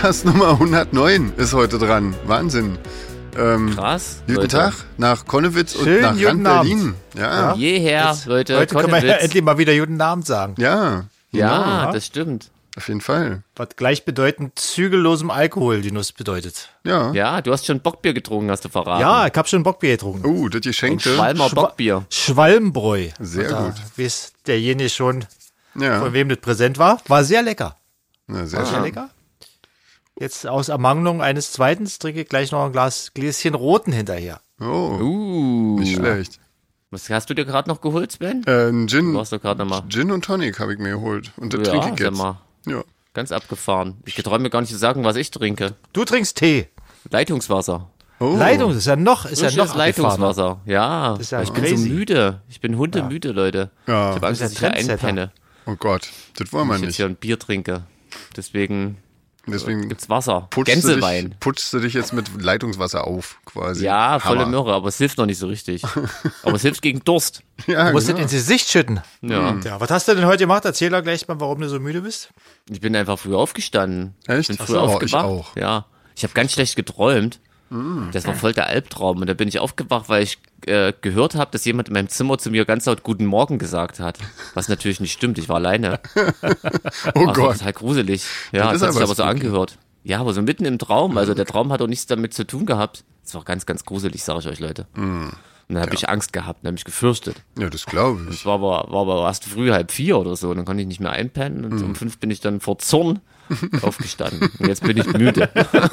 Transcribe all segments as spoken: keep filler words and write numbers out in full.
Podcast Nummer hundertneun ist heute dran. Wahnsinn. Ähm, Krass. Guten Leute. Tag nach Konnewitz und Schönen nach guten Rand Abend. Berlin. Ja, Ja. Jeher, Jetzt- Leute. Heute können wir ja Konnewitz. endlich mal wieder guten Abend sagen. ja, Ja, Genau. das stimmt. auf jeden Fall. Was gleichbedeutend zügellosem Alkoholgenuss bedeutet. Ja. Ja, du hast schon Bockbier getrunken, hast du verraten. Ja, ich hab schon Bockbier getrunken. Oh, das Geschenkte. Schwalmer Schwa- Bockbier. Schwalmbräu. Sehr Da gut. weiß derjenige schon, Ja, von wem das präsent war. War sehr lecker. ja sehr Sehr schön. lecker. Jetzt aus Ermangelung eines Zweiten trinke ich gleich noch ein Glas Gläschen Roten hinterher. Oh, Uh. nicht schlecht. Was hast du dir gerade noch geholt, Sven? Äh, ein Gin, Du hast doch gerade nochmal. Gin und Tonic habe ich mir geholt. Und das Ja, trinke ich sag jetzt. mal. Ja. Ganz abgefahren. Ich getraue mir gar nicht zu sagen, was ich trinke. Du trinkst Tee. Leitungswasser. Oh. Leitung ist ja noch, ist ja Frisches noch abgefahrener. Leitungswasser. Ja, ist ja weil ich bin crazy. so müde. Ich bin hundemüde, Leute. Ja. Ich habe Angst, Du dass bist ich ein hier Trendsetter. einpenne, Oh Gott, das wollen wir wenn ich jetzt nicht. hier ein Bier trinke. Deswegen Deswegen gibt's Wasser. putschst du, Gänsewein. dich, putschst du dich jetzt mit Leitungswasser auf, quasi. Ja, volle Hammer. Möhre, aber es hilft noch nicht so richtig. Aber es hilft gegen Durst. Ja, Du musst genau. das ins Gesicht schütten. Ja. Ja, was hast du denn heute gemacht? Erzähl doch gleich mal, warum du so müde bist. Ich bin einfach früh aufgestanden. Echt? Ich bin Ach früh so, aufgewacht. ich auch. Ja. Ich habe ganz schlecht geträumt. Das war voll der Albtraum. Und da bin ich aufgewacht, weil ich äh, gehört habe, dass jemand in meinem Zimmer zu mir ganz laut Guten Morgen gesagt hat. Was natürlich nicht stimmt. Ich war alleine. Oh Also, Gott. total gruselig. Ja, Das ist das, hat sich aber aber so spooky. angehört. Ja, aber so mitten im Traum. Also der Traum hat auch nichts damit zu tun gehabt. Das war ganz, ganz gruselig, sage ich euch, Leute. Und dann habe ich Angst gehabt, dann habe ich gefürchtet. Ja, das glaube ich. Es war aber, war aber erst früh halb vier oder so. Und dann konnte ich nicht mehr einpennen. Und um fünf bin ich dann vor Zorn aufgestanden. Und jetzt bin ich müde.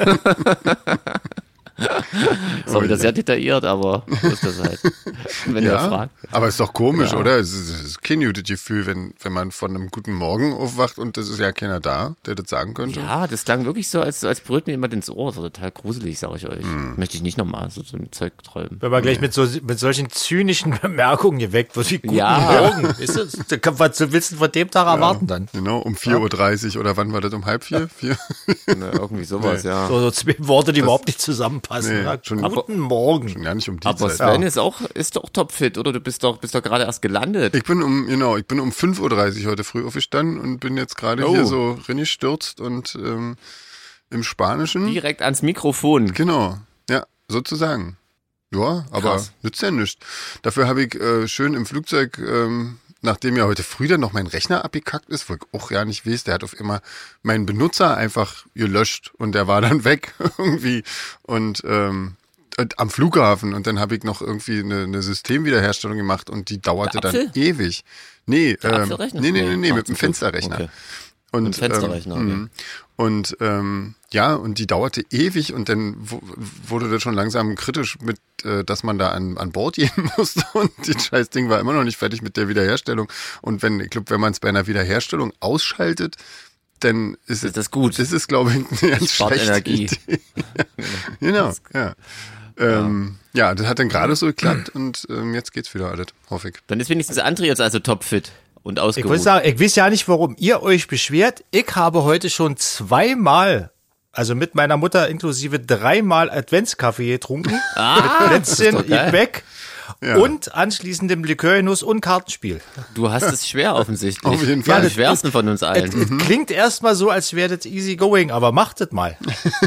Das war wieder sehr detailliert, aber so ist das halt. Wenn ihr Ja, fragt. aber ist doch komisch, Ja. oder? Es ist, es ist kein gutes Gefühl, wenn, wenn man von einem guten Morgen aufwacht und es ist ja keiner da, der das sagen könnte. Ja, das klang wirklich so, als, als brüllt mir jemand ins Ohr. Das war total gruselig, sage ich euch. Möchte ich nicht nochmal so, so ein Zeug träumen. Wenn man gleich mit, so, mit solchen zynischen Bemerkungen geweckt wird, wie guten Ja. Morgen. Ist das, da kann- was willst du von dem Tag erwarten dann? Genau, um vier Uhr dreißig oder wann war das? Um halb vier? Vier? Ne, irgendwie sowas, ja. So, so zwei Worte, die überhaupt nicht zusammenpassen. Nee, Ja, schon- guten Morgen. Ja, nicht um die Aber Zeit. Sven ist auch, ist doch topfit, oder? Du bist doch, bist doch gerade erst gelandet. Ich bin um, genau, ich bin um fünf Uhr dreißig heute früh aufgestanden und bin jetzt gerade Oh. hier so reingestürzt und ähm, im Spanischen. Direkt ans Mikrofon. Genau, ja, sozusagen. Ja, aber Krass. nützt ja nichts. Dafür habe ich äh, schön im Flugzeug, ähm, nachdem ja heute früh dann noch mein Rechner abgekackt ist, wo ich auch ja nicht weiß, der hat auf immer meinen Benutzer einfach gelöscht und der war dann weg irgendwie und ähm, und am Flughafen und dann habe ich noch irgendwie eine, eine Systemwiederherstellung gemacht und die dauerte Der dann Apfel? ewig. Nee, Der ähm, Apfelrechner? nee, nee, nee, nee, Ach, mit dem zum Glück. Fensterrechner. Okay. Und, Mit dem Fensterrechner, ähm, okay. mhm. Und ähm, ja, und die dauerte ewig und dann w- wurde das schon langsam kritisch mit, äh, dass man da an, an Bord gehen musste und das scheiß Ding war immer noch nicht fertig mit der Wiederherstellung. Und wenn, ich glaube, wenn man es bei einer Wiederherstellung ausschaltet, dann ist, Ist das gut? Das ist, glaube ich, eine ganz Spart schlechte Energie. Idee. Genau, ja. Ähm, ja, das hat dann gerade so geklappt und ähm, jetzt geht's wieder alles, hoffe ich. Dann ist wenigstens André jetzt also topfit und Ich ausgeruht. muss sagen, ich weiß ja nicht, warum ihr euch beschwert. Ich habe heute schon zweimal, also mit meiner Mutter inklusive dreimal Adventskaffee getrunken. Ah, mit Plätzchen, das ist doch geil. Gebäck Ja. und anschließendem Likörgenuss und Kartenspiel. Du hast es schwer offensichtlich. Auf jeden Ja, Fall. die schwersten von uns Es allen. klingt erstmal so, als wäre das easy going, aber macht es mal.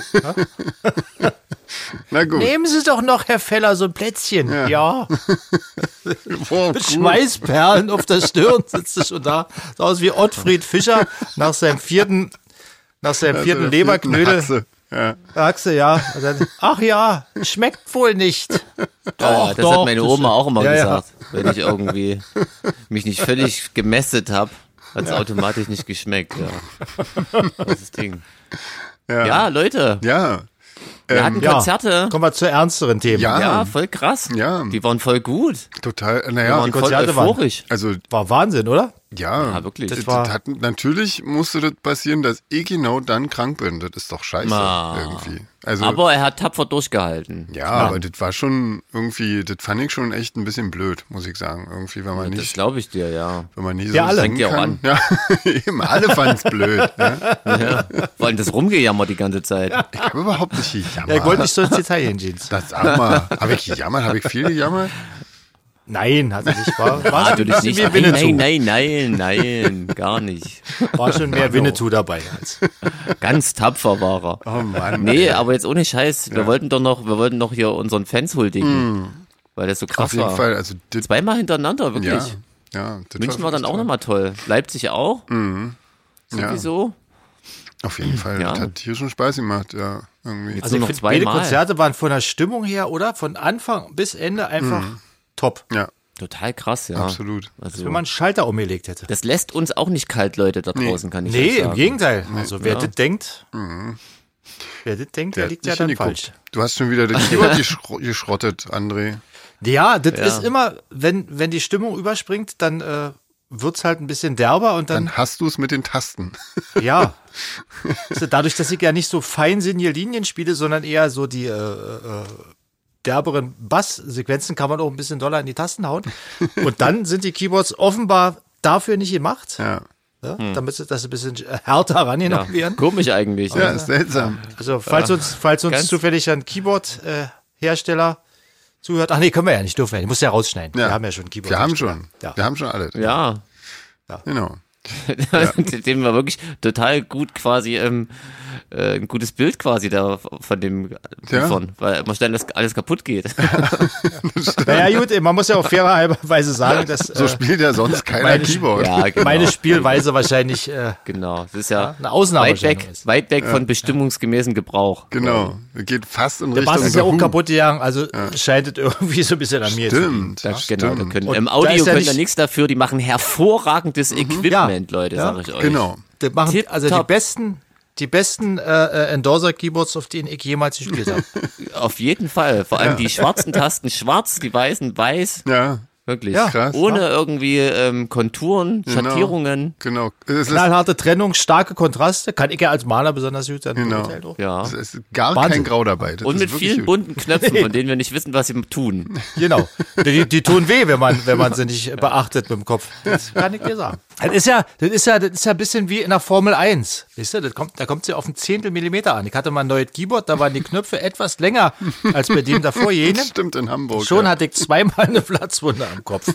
Na gut. Nehmen Sie doch noch, Herr Feller, so ein Plätzchen. Ja. Wow, Mit cool. Schweißperlen auf der Stirn sitzt er schon da. So aus wie Ottfried Fischer nach seinem vierten, nach seinem Also vierten der Leberknödel. Haxe. Ja. Achse, ja. Und dann, ach ja, schmeckt wohl nicht. Ja, das doch, hat meine das- Oma auch immer ja, ja. gesagt. Wenn ich irgendwie mich nicht völlig gemästet habe, hat es automatisch nicht geschmeckt. Ja. Das ist das Ding. Ja. Ja, Leute, Ja. wir hatten Ja. Konzerte. Kommen wir zu ernsteren Themen. Ja. Ja, voll krass. Ja. Die waren voll gut. Total, Die naja, waren voll Konzerte waren- euphorisch. also War Wahnsinn, oder? ja, Ja, wirklich. Das, Das war- das hat, natürlich musste das passieren, dass ich genau dann krank bin. Das ist doch scheiße Ah. irgendwie. Also Aber er hat tapfer durchgehalten. ja, aber das war schon irgendwie, das fand ich schon echt ein bisschen blöd, muss ich sagen. Irgendwie, wenn man Das nicht, glaube ich dir, ja. wenn man nie so Ja, alle. singen Fängt ja auch kann. Ja, eben alle fanden es blöd. Ne? ja. Vor allem das Rumgejammer die ganze Zeit. Ich habe überhaupt nicht gejammert. Ja, ich wollte nicht so ins Detail gehen, Jeans. Das sag mal, habe ich gejammert? Habe ich viel gejammert? Nein, hat er nicht. War, war schon Natürlich ein nicht. bisschen wie Nein, Winnetou. nein, nein, nein, nein, gar nicht. War schon mehr Winnetou dabei. Als. Ganz tapfer war er. Oh Mann. Nee, aber jetzt ohne Scheiß. Wir wollten doch noch, wir wollten noch hier unseren Fans huldigen. Weil das so krass Auf jeden war. Fall. Also, das, Zweimal hintereinander, wirklich. ja, ja, das München war dann wirklich auch toll. nochmal toll. Leipzig auch. Ja. Sowieso. Auf jeden Fall. Ja. Das hat hier schon Spaß gemacht, ja. Irgendwie. Jetzt Also nur ich noch finde, beide zweimal. Konzerte waren von der Stimmung her, oder? Von Anfang bis Ende einfach top. Ja, Total krass, ja. absolut. Also, Wenn man einen Schalter umgelegt hätte. das lässt uns auch nicht kalt, Leute, da draußen, kann ich Nee, euch im sagen. Gegenteil. Also wer Ja. das denkt, wer das denkt, der Der liegt hat ja nicht dann hingeguckt. falsch. Du hast schon wieder das Keyboard geschro- geschrottet, André. Ja, das Ja. ist immer, wenn, wenn die Stimmung überspringt, dann äh, wird's halt ein bisschen derber und dann, Dann hast du es mit den Tasten. ja. Also dadurch, dass ich ja nicht so feinsinnige Linien spiele, sondern eher so die äh, äh, derberen Basssequenzen, kann man auch ein bisschen doller in die Tasten hauen. Und dann sind die Keyboards offenbar dafür nicht gemacht, Ja, ja, damit sie das ein bisschen härter rangenommen Ja, werden. komisch eigentlich. ja ne? ist seltsam. Also falls uns, falls uns Ganz- zufällig ein Keyboard-Hersteller zuhört, ach nee, können wir ja nicht, dürfen wir ja, ich muss ja rausschneiden. Ja. Wir haben ja schon Keyboard. Wir haben schon. Ja. Wir haben schon alles. Ja. Genau. Dem war wirklich total gut quasi ähm, äh, ein gutes Bild quasi da von dem Ja. liefern, weil immer schnell das alles kaputt geht. Naja, gut, man muss ja auch fairerweise sagen, dass So äh, spielt ja sonst keiner meine- Keyboard. Ja, genau. meine Spielweise wahrscheinlich äh, Genau. Das ist ja, eine Ausnahme weit weg, ist. weit weg von bestimmungsgemäßen Gebrauch. Genau. Geht fast in Der Richtung Bass ist ja The auch Who. kaputt gegangen, also scheint es irgendwie so ein bisschen an mir zu liegen. Stimmt. Da, Das genau, da stimmt. können, Und im da Audio ist ja können da nicht- nichts dafür, die machen hervorragendes Equipment, Ja. Leute, Ja. sag ich euch. Genau. Das machen Tip also die top. besten, die besten äh, äh, Endorser-Keyboards, auf denen ich jemals gespielt habe. Auf jeden Fall. Vor allem die schwarzen Tasten schwarz, die weißen weiß. Ja, Wirklich. Ja, krass. Ohne irgendwie ähm, Konturen, Genau. Schattierungen. Genau. Es ist, Knallharte Trennung, starke Kontraste, kann ich ja als Maler besonders gut dann Genau. beurteilen auch. Ja. es ist gar Wahnsinn. kein Grau dabei. Das Und ist mit wirklich vielen gut. bunten Knöpfen, von denen wir nicht wissen, was sie tun. Genau. Die, die tun weh, wenn man, wenn man sie nicht beachtet mit dem Kopf. Das kann ich dir sagen. Das ist ja, das ist ja, das ist ja ein bisschen wie in der Formel eins. Weißt du, das kommt, da kommt sie auf ein Zehntel Millimeter an. Ich hatte mal ein neues Keyboard, da waren die Knöpfe etwas länger als bei dem davor jenen. Stimmt, in Hamburg. Schon ja. hatte ich zweimal eine Platzwunde am Kopf.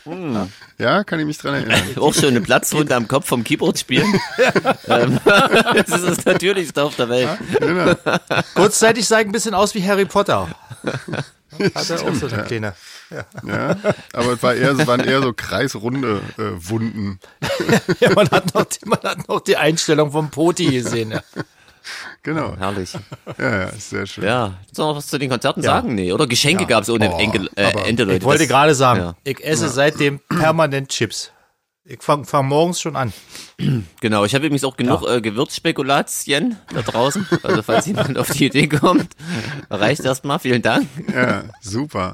ja, kann ich mich dran erinnern. Auch schon eine Platzwunde am Kopf vom Keyboard spielen. ähm, das ist das Natürlichste auf der Welt. Genau. Kurzzeitig sah ich ein bisschen aus wie Harry Potter. Hatte auch so eine kleine. Ja, aber es war eher, es waren eher so kreisrunde äh, Wunden. Ja, man hat noch die, man hat noch die Einstellung vom Poti gesehen. Ja. Genau. Herrlich. Ja, ja, ist sehr schön. Ja. Willst du noch was zu den Konzerten sagen? Nee, oder Geschenke gab es ohne Oh, Enkel, äh, aber Ende, Leute. Ich wollte Das- gerade sagen, Ja. ich esse seitdem permanent Chips. Ich fange fang morgens schon an. Genau, ich habe übrigens auch genug äh, Gewürzspekulatien da draußen. Also falls jemand auf die Idee kommt, reicht erstmal. Vielen Dank. Ja, super.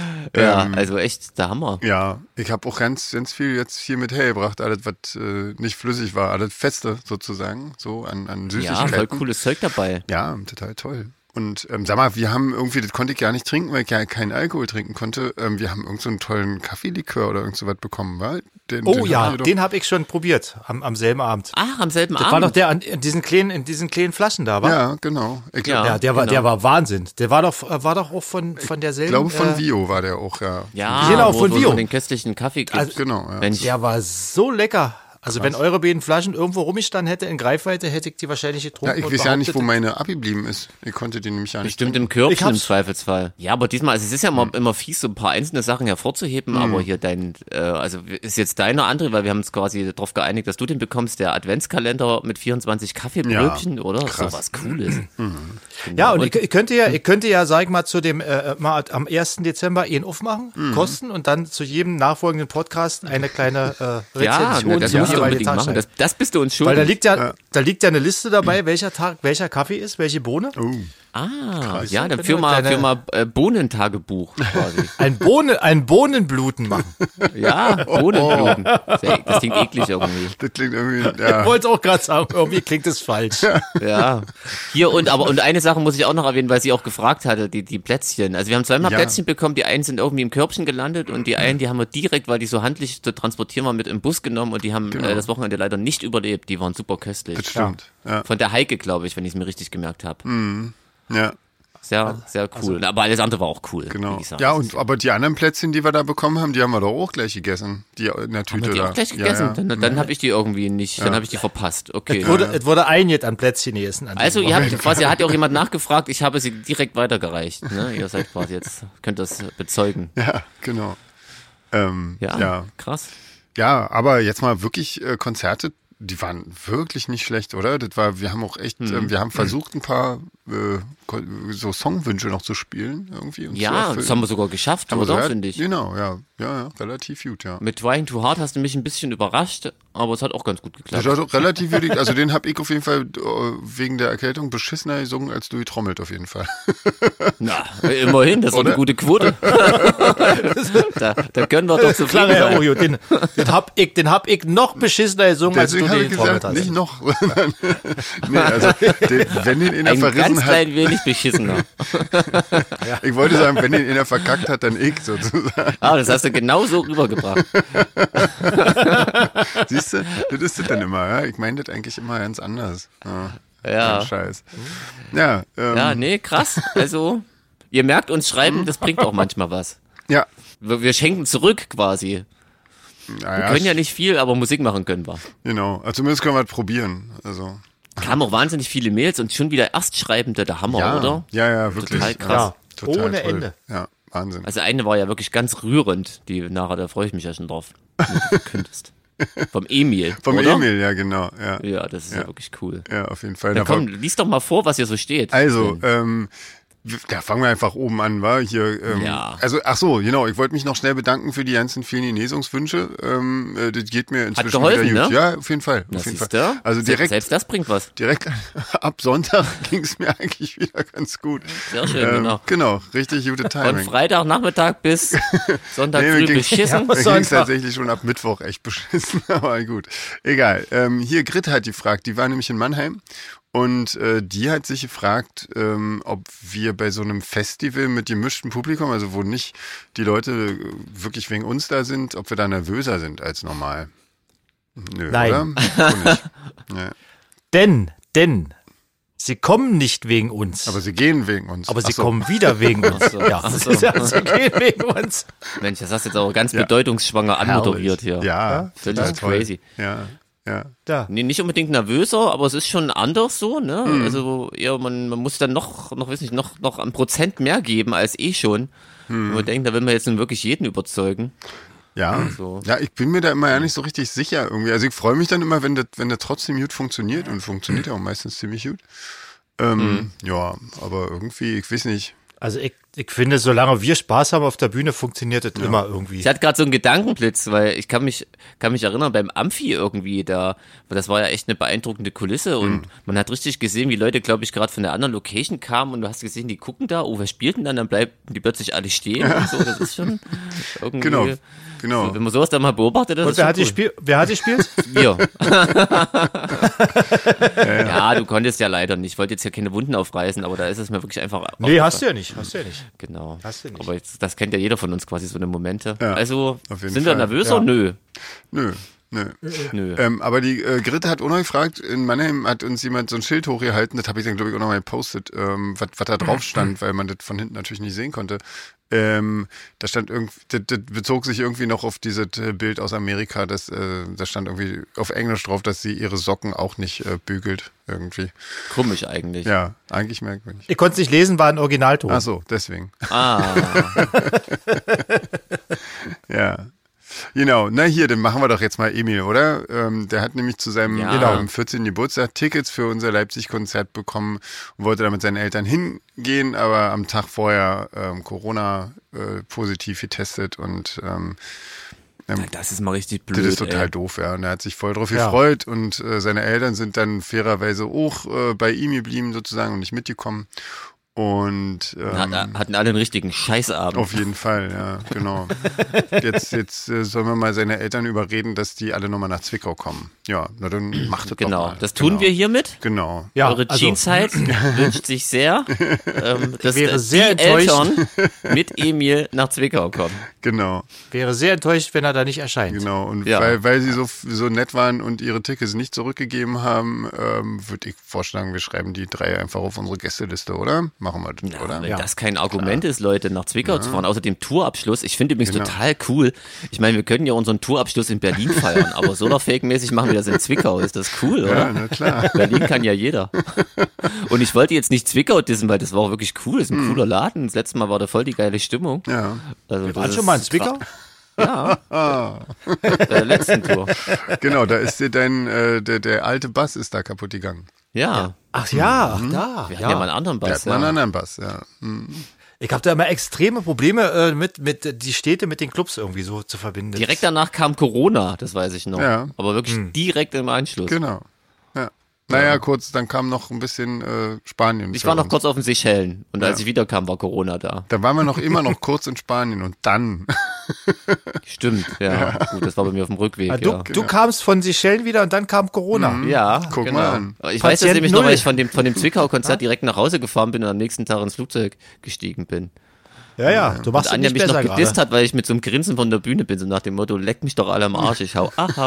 Ja, Ähm, also echt der Hammer. Ja, ich habe auch ganz, ganz viel jetzt hier mit hergebracht, alles, was äh, nicht flüssig war, alles Feste sozusagen, so an, an Ja, Süßigkeiten. voll cooles Zeug dabei. Ja, total toll. Und ähm, sag mal, wir haben irgendwie, das konnte ich gar nicht trinken, weil ich ja keinen Alkohol trinken konnte. Ähm, wir haben irgend so einen tollen Kaffeelikör oder irgend so was bekommen, wa? Den, Oh den ja, hatten wir doch- den habe ich schon probiert am, am selben Abend. Ach, am selben Das Abend. war doch der an, in diesen kleinen, in diesen kleinen Flaschen da, war? Ja, genau. Ich glaub, Ja. Ja, der war, genau. der war Wahnsinn. Der war doch, äh, war doch auch von, von derselben. glaube, von äh, Vio war der auch, ja. Ja, Genau, wo, von wo Vio. es den köstlichen Kaffee gibt. Also, Genau, ja. Mensch, Der war so lecker. Also wenn eure beiden Flaschen irgendwo rumgestanden hätte in Greifweite, hätte ich die wahrscheinlich Ja, getrunken. ich und weiß ja nicht, wo behauptet, meine abgeblieben ist. Ich konnte die nämlich ja nicht bestimmt trinken. im Körbchen Ich im hab's- Zweifelsfall. Ja, aber diesmal, also es ist ja immer, immer fies, so ein paar einzelne Sachen hervorzuheben, aber hier dein, äh, also ist jetzt deiner andere, weil wir haben uns quasi darauf geeinigt, dass du den bekommst, der Adventskalender mit vierundzwanzig Kaffeebrötchen, oder? krass. So was Cooles. Ja, und ich, ich könnte ja, ich könnte ja, sag ich mal, zu dem, äh, mal am ersten Dezember ihn aufmachen, Mhm. kosten und dann zu jedem nachfolgenden Podcast eine kleine äh, Ja, Rezension ne, das zur musst du jeweiligen unbedingt machen. Tageszeit. Das, das bist du uns schuldig. Weil da liegt ja, da liegt ja eine Liste dabei, welcher Tag, welcher Kaffee ist, welche Bohne. Oh, ah, ja, dann Wenn führ du mal, deine- führ mal äh, Bohnentagebuch quasi. Ein Bohnen, ein Bohnenbluten machen. Ja, Bohnenbluten. Das das klingt eklig irgendwie. das klingt irgendwie, Ich ja. wollte auch gerade sagen, irgendwie klingt das falsch. Ja. Hier und aber und eine Sache muss ich auch noch erwähnen, weil sie auch gefragt hatte, die die Plätzchen. Also wir haben zweimal Ja. Plätzchen bekommen, die einen sind irgendwie im Körbchen gelandet und die einen, die haben wir direkt, weil die so handlich zu transportieren waren, mit im Bus genommen und die haben Genau. äh, das Wochenende leider nicht überlebt. Die waren super köstlich. Das stimmt. Ja. Von der Heike, glaube ich, wenn ich es mir richtig gemerkt habe. ja. Sehr, sehr cool. Also, aber alles andere war auch cool. Genau. Ja, und aber die anderen Plätzchen, die wir da bekommen haben, die haben wir doch auch gleich gegessen. Die in der Tüte. Haben wir die da. auch gleich gegessen? Ja, ja. Dann, dann habe ich die irgendwie nicht, ja. dann habe ich die verpasst. Okay. Es wurde, es wurde ein jetzt an Plätzchen gegessen. An also, ihr habt quasi, hat ja auch jemand nachgefragt, ich habe sie direkt weitergereicht. Ne? Ihr seid quasi jetzt, könnt das bezeugen. Ja, genau. Ähm, ja, ja, krass. Ja, aber jetzt mal wirklich äh, Konzerte, die waren wirklich nicht schlecht, oder? Das war, wir haben auch echt, hm. äh, wir haben versucht, ein paar äh, so Songwünsche noch zu spielen irgendwie. Und ja, das haben wir sogar geschafft, haben oder? So, Finde ich. Genau, ja, ja, ja, relativ gut, ja. Mit Trying Too Hard hast du mich ein bisschen überrascht, aber es hat auch ganz gut geklappt. Das hat auch relativ gut, also den habe ich auf jeden Fall äh, wegen der Erkältung beschissener gesungen, als du getrommelt auf jeden Fall. Na, immerhin, das ist doch eine gute Quote. da, da können wir doch so viel Herr Ojo, den, den, hab ich, den hab ich noch beschissener gesungen, Deswegen als du den getrommelt hast. Nicht noch. Nee, also, den, wenn den in der Ein verrissen ganz klein wenig beschissener. Ja. Ich wollte sagen, wenn den in der verkackt hat, dann ich sozusagen. Ah, das hast du genau so rübergebracht. Siehst du, das ist das dann immer. Ja? Ich meine das eigentlich immer ganz anders. Ja. Ja. Scheiß. Ja, ähm. ja, nee, krass. Also, ihr merkt uns schreiben, das bringt auch manchmal was. Ja. Wir, wir schenken zurück quasi. Naja, wir können ja nicht viel, aber Musik machen können wir. Genau, also zumindest können wir das probieren. Also. Kamen auch wahnsinnig viele Mails und schon wieder Erstschreibende, der Hammer, ja, oder? Ja, ja, wirklich. Total krass. Ja, total ohne toll. Ende. Ja, Wahnsinn. Also eine war ja wirklich ganz rührend, die nachher, da freue ich mich ja schon drauf, wenn du könntest. Vom Emil. Vom oder? Emil, ja, genau. Ja, ja das ist ja. ja wirklich cool. Ja, auf jeden Fall. Na komm, lies doch mal vor, was hier so steht. Also, ähm, da fangen wir einfach oben an, wa? Hier, ähm, ja. Also, ach so, genau, ich wollte mich noch schnell bedanken für die ganzen vielen Genesungswünsche. Ähm, das geht mir inzwischen Hat geholfen, wieder gut. Ne? Ja, auf jeden Fall. Na, auf jeden Fall. Du? Also direkt, selbst das bringt was. Direkt ab Sonntag ging es mir eigentlich wieder ganz gut. Sehr schön, ähm, genau. Genau, richtig gute Timing. Von Freitagnachmittag bis Sonntag nee, früh ging, beschissen. Ja, ging es tatsächlich schon ab Mittwoch echt beschissen, aber gut. Egal. Ähm, hier Grit hat gefragt, die war nämlich in Mannheim. Und äh, die hat sich gefragt, ähm, ob wir bei so einem Festival mit gemischtem Publikum, also wo nicht die Leute wirklich wegen uns da sind, ob wir da nervöser sind als normal. Nö, Nein. Oder? So nicht. Ja. Denn, denn, sie kommen nicht wegen uns. Aber sie gehen wegen uns. Aber Ach sie so. kommen wieder wegen uns. So. Ja, So. ja, sie gehen wegen uns. Mensch, das hast du jetzt aber ganz Ja. bedeutungsschwanger anmoderiert hier. Ja, Völlig total toll. crazy. Ja, ja. Da. Nee, nicht unbedingt nervöser, aber es ist schon anders so, ne? Mhm. Also eher, man, man muss dann noch, noch, weiß nicht, noch, noch ein Prozent mehr geben als eh schon. Mhm. Und man denkt, da will man jetzt nun wirklich jeden überzeugen. Ja, So. ja, ich bin mir da immer ja nicht so richtig sicher irgendwie. Also ich freue mich dann immer, wenn das, wenn das trotzdem gut funktioniert und funktioniert ja auch meistens ziemlich gut. Ähm, Mhm. Ja, aber irgendwie, ich weiß nicht. Also ich, ich finde, solange wir Spaß haben auf der Bühne, funktioniert das immer irgendwie. Ich hatte gerade so einen Gedankenblitz, weil ich kann mich, kann mich erinnern, beim Amphi irgendwie, da, das war ja echt eine beeindruckende Kulisse und Mhm. man hat richtig gesehen, wie Leute, glaube ich, gerade von der anderen Location kamen und du hast gesehen, die gucken da, oh, wer spielt denn dann? Dann bleiben die plötzlich alle stehen und so, das ist schon irgendwie. Genau, genau. So, wenn man sowas dann mal beobachtet, das Und ist wer schon hat, die cool. Spiel, wer hat die gespielt? Wir. Ja, du konntest ja leider nicht. Ich wollte jetzt hier keine Wunden aufreißen, aber da ist es mir wirklich einfach. Nee, hast du ja nicht. Hast du ja nicht. Genau. Hast du nicht. Aber jetzt, das kennt ja jeder von uns quasi, so eine Momente. Ja, also, auf jeden sind Fall. wir nervöser? Ja. Nö. Nö, nö. Nö. Ähm, aber die äh, Grete hat auch noch gefragt, in Mannheim hat uns jemand so ein Schild hochgehalten, das habe ich dann glaube ich auch noch mal gepostet, ähm, was da drauf stand, weil man das von hinten natürlich nicht sehen konnte. Ähm, da stand irgendwie, das, das bezog sich irgendwie noch auf dieses äh, Bild aus Amerika, das, äh, da stand irgendwie auf Englisch drauf, dass sie ihre Socken auch nicht äh, bügelt irgendwie. Komisch eigentlich. Ja, eigentlich merkwürdig. Ich konnte es nicht lesen, war ein Originalton. Ach so, deswegen. Ah. Ja. Genau, na hier, dann machen wir doch jetzt mal Emil, oder? Ähm, der hat nämlich zu seinem Ja. genau, am vierzehnten Geburtstag Tickets für unser Leipzig-Konzert bekommen und wollte da mit seinen Eltern hingehen, aber am Tag vorher ähm, Corona äh, positiv getestet und ähm, ähm, Das ist mal richtig blöd. das ist total ey. doof, ja. Und er hat sich voll drauf Ja. gefreut und äh, seine Eltern sind dann fairerweise auch äh, bei ihm geblieben sozusagen und nicht mitgekommen. Und ähm, Hat, hatten alle einen richtigen Scheißabend. auf jeden Fall, ja, genau. Jetzt, jetzt äh, sollen wir mal seine Eltern überreden, dass die alle nochmal nach Zwickau kommen. Ja, na dann macht das Genau, doch mal. das tun genau. wir hiermit. Genau. Ja, Eure also- Jeanszeit wünscht sich sehr, ähm, dass wäre die sehr Eltern mit Emil nach Zwickau kommen. Genau, Wäre sehr enttäuscht, wenn er da nicht erscheint. genau. Und Ja. weil, weil sie so, so nett waren und ihre Tickets nicht zurückgegeben haben, ähm, würde ich vorschlagen, wir schreiben die drei einfach auf unsere Gästeliste, oder? machen wir das, Ja, oder? wenn Ja. das kein Argument ist, Leute, nach Zwickau zu fahren, außer dem Tourabschluss. Ich finde übrigens Genau. total cool. Ich meine, wir können ja unseren Tourabschluss in Berlin feiern, aber Solarfake-mäßig machen wir das in Zwickau. Ist das cool, oder? Ja, na klar. Berlin kann ja jeder. Und ich wollte jetzt nicht Zwickau dissen, weil das war auch wirklich cool. Das ist ein cooler Laden. Das letzte Mal war da voll die geile Stimmung. Ja. Also, Wir waren schon mal in Zwickau? Ja, bei der letzten Tour. Genau, da ist dir dein, äh, der, der alte Bass ist da kaputt gegangen. Ja, Ach ja, ach da. wir hatten ja mal einen anderen Der Bass. hat mal einen Ja. anderen Bass, ja. Hm. Ich habe da immer extreme Probleme äh, mit, mit äh, die Städte mit den Clubs irgendwie so zu verbinden. Direkt danach kam Corona, das weiß ich noch. Ja. Aber wirklich direkt im Anschluss. Genau. Ja. Naja, kurz, dann kam noch ein bisschen äh, Spanien. Ich für war noch uns. kurz auf den Seychellen und als Ja. ich wiederkam, war Corona da. Da waren wir noch immer noch kurz in Spanien und dann. Stimmt, ja. Gut, das war bei mir auf dem Rückweg. Ah, du, ja. du kamst von Seychellen wieder und dann kam Corona. Ja, Guck genau. mal an. Ich weiß das Patient nämlich noch, weil null. ich von dem, von dem Zwickau-Konzert direkt nach Hause gefahren bin und am nächsten Tag ins Flugzeug gestiegen bin. Ja, ja, du machst Und es Anja nicht mich noch besser gedisst gerade. hat, weil ich mit so einem Grinsen von der Bühne bin, so nach dem Motto, leck mich doch alle am Arsch, ich hau ach ab.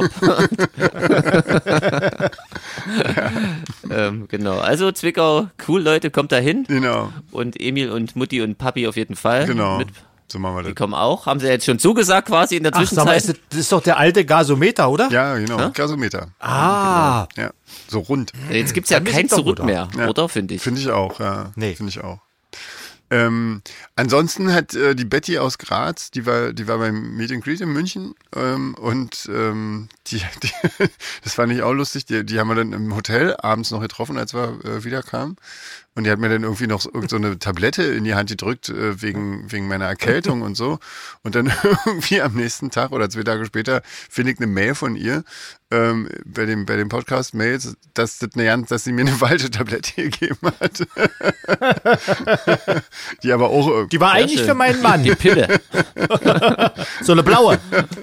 ähm, genau, also Zwickau, cool Leute, kommt da hin. Genau. Und Emil und Mutti und Papi auf jeden Fall. Genau. Mit, So machen wir die das. kommen auch, haben sie jetzt schon zugesagt quasi in der Ach, sag mal, Zwischenzeit. ist das, das ist doch der alte Gasometer, oder? Ja, genau. Ja? Gasometer. Ah, Ja. So rund. Jetzt gibt's ja Dann kein sieht's doch Zurück gut mehr, Ja. oder, finde ich. Finde ich auch, ja. Nee. Finde ich auch. Ähm, ansonsten hat äh, die Betty aus Graz, die war, die war beim Meet and Greet in München ähm, und ähm, die, die, das fand ich auch lustig, die, die haben wir dann im Hotel abends noch getroffen, als wir äh, wiederkamen. Und die hat mir dann irgendwie noch so, irgend so eine Tablette in die Hand gedrückt, äh, wegen, wegen meiner Erkältung und so. Und dann irgendwie am nächsten Tag oder zwei Tage später finde ich eine Mail von ihr, ähm, bei dem, bei dem Podcast Mails, dass, das eine, ganz- dass sie mir eine falsche Tablette gegeben hat. Die aber auch irgendwie. die war Sehr eigentlich schön. für meinen Mann. Die Pille. So eine blaue.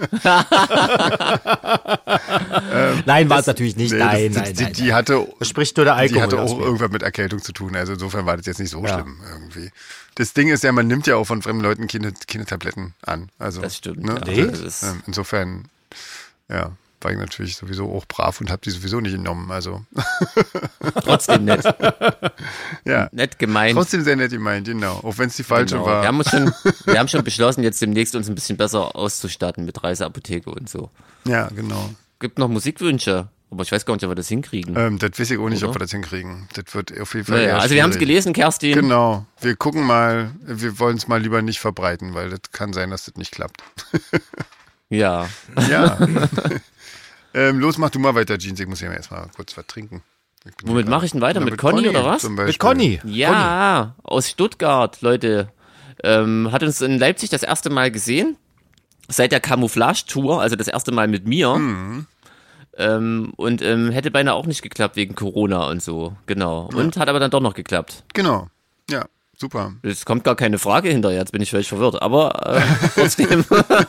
Nein, war es natürlich nicht. Nee, Nein, das, nein, die, nein. die hatte, Das spricht nur der die Alkohol. hatte aus auch mir. irgendwas mit Erkältung zu tun. Also insofern war das jetzt nicht so Ja. schlimm irgendwie. Das Ding ist ja, man nimmt ja auch von fremden Leuten keine, keine Tabletten an. Also, Das stimmt, Ne? ja. Nee? Das ist- Ähm, Insofern, ja, war ich natürlich sowieso auch brav und habe die sowieso nicht genommen. Also, Trotzdem nett. ja. Nett gemeint. Trotzdem sehr nett gemeint, genau. Auch wenn es die falsche Genau. war. Wir haben uns schon, wir haben schon beschlossen, jetzt demnächst uns ein bisschen besser auszustatten mit Reiseapotheke und so. Ja, genau. Gibt noch Musikwünsche, aber ich weiß gar nicht, ob wir das hinkriegen. Ähm, das weiß ich auch nicht, Oder? ob wir das hinkriegen. Das wird auf jeden Fall naja, eher also wir haben es schwierig. gelesen, Kerstin. Genau. Wir gucken mal, wir wollen es mal lieber nicht verbreiten, weil das kann sein, dass das nicht klappt. Ja. Ja. ähm, los, mach du mal weiter, Jeans. Ich muss ja erstmal kurz was trinken. Ich bin Womit wieder- mache ich denn weiter? Na, Mit Conny oder was? zum Beispiel. Mit Conny. Ja, aus Stuttgart, Leute. Ähm, hat uns in Leipzig das erste Mal gesehen. Seit der Camouflage-Tour, also das erste Mal mit mir. Mhm. Ähm, und ähm, hätte beinahe auch nicht geklappt wegen Corona und so. Genau. Und hat aber dann doch noch geklappt. Genau. Ja, super. Es kommt gar keine Frage hinterher, jetzt bin ich völlig verwirrt. Aber äh, trotzdem,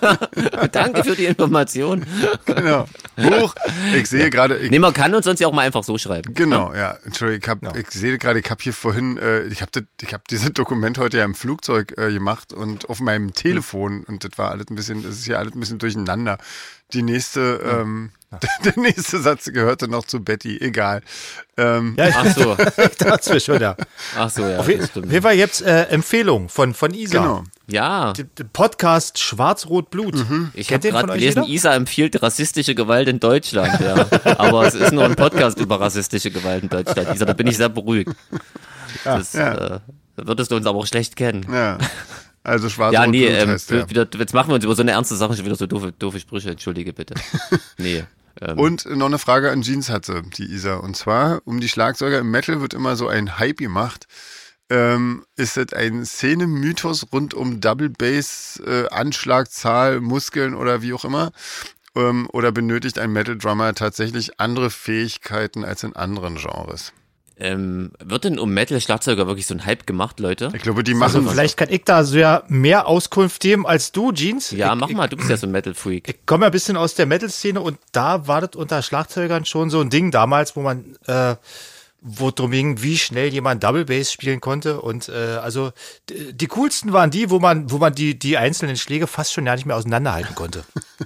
danke für die Information. Genau. Hoch. Ich sehe gerade, ich Nee, man kann uns sonst ja auch mal einfach so schreiben. Genau, ja. Entschuldigung, ich, hab, ich sehe gerade, ich habe hier vorhin, äh, ich habe ich hab dieses Dokument heute ja im Flugzeug äh, gemacht und auf meinem Telefon und das war alles ein bisschen, das ist ja alles ein bisschen durcheinander. Die nächste, ähm, der, der nächste Satz gehörte noch zu Betty, egal. Ähm, Ja, Ach so, ich dachte schon, ja. ach so, ja, Auf je- das auf stimmt. jeden Fall jetzt äh, Empfehlung von, von Isa. genau. Ja, Der Podcast Schwarz-Rot-Blut. ich Kennt habe den von gerade euch gelesen, jeder? Isa empfiehlt rassistische Gewalt in Deutschland. Ja. Aber es ist nur ein Podcast über rassistische Gewalt in Deutschland. Isa, da bin ich sehr beruhigt. Das Ja. Äh, würdest du uns aber auch schlecht kennen. Ja. Also schwarz Ja, und nee, Blut ähm, heißt der. wieder, jetzt machen wir uns über so eine ernste Sache schon wieder so doofe, doofe Sprüche. Entschuldige bitte. Nee. Ähm, Und noch eine Frage an Jeans hatte, die Isa. Und zwar, um die Schlagzeuger im Metal wird immer so ein Hype gemacht. Ähm, ist das ein Szene-Mythos rund um Double Bass, äh, Anschlagzahl, Muskeln oder wie auch immer? Ähm, oder benötigt ein Metal-Drummer tatsächlich andere Fähigkeiten als in anderen Genres? ähm, wird denn um Metal-Schlagzeuger wirklich so ein Hype gemacht, Leute? Ich glaube, die Also machen vielleicht kann ich da so ja mehr Auskunft geben als du, Jeans. Ja, ich, mach mal, du bist ja so ein Metal-Freak. Ich komme ja ein bisschen aus der Metal-Szene und da war das unter Schlagzeugern schon so ein Ding damals, wo man, äh, wo drum ging, wie schnell jemand Double Bass spielen konnte. Und äh, also d- die coolsten waren die, wo man, wo man die, die einzelnen Schläge fast schon ja nicht mehr auseinanderhalten konnte.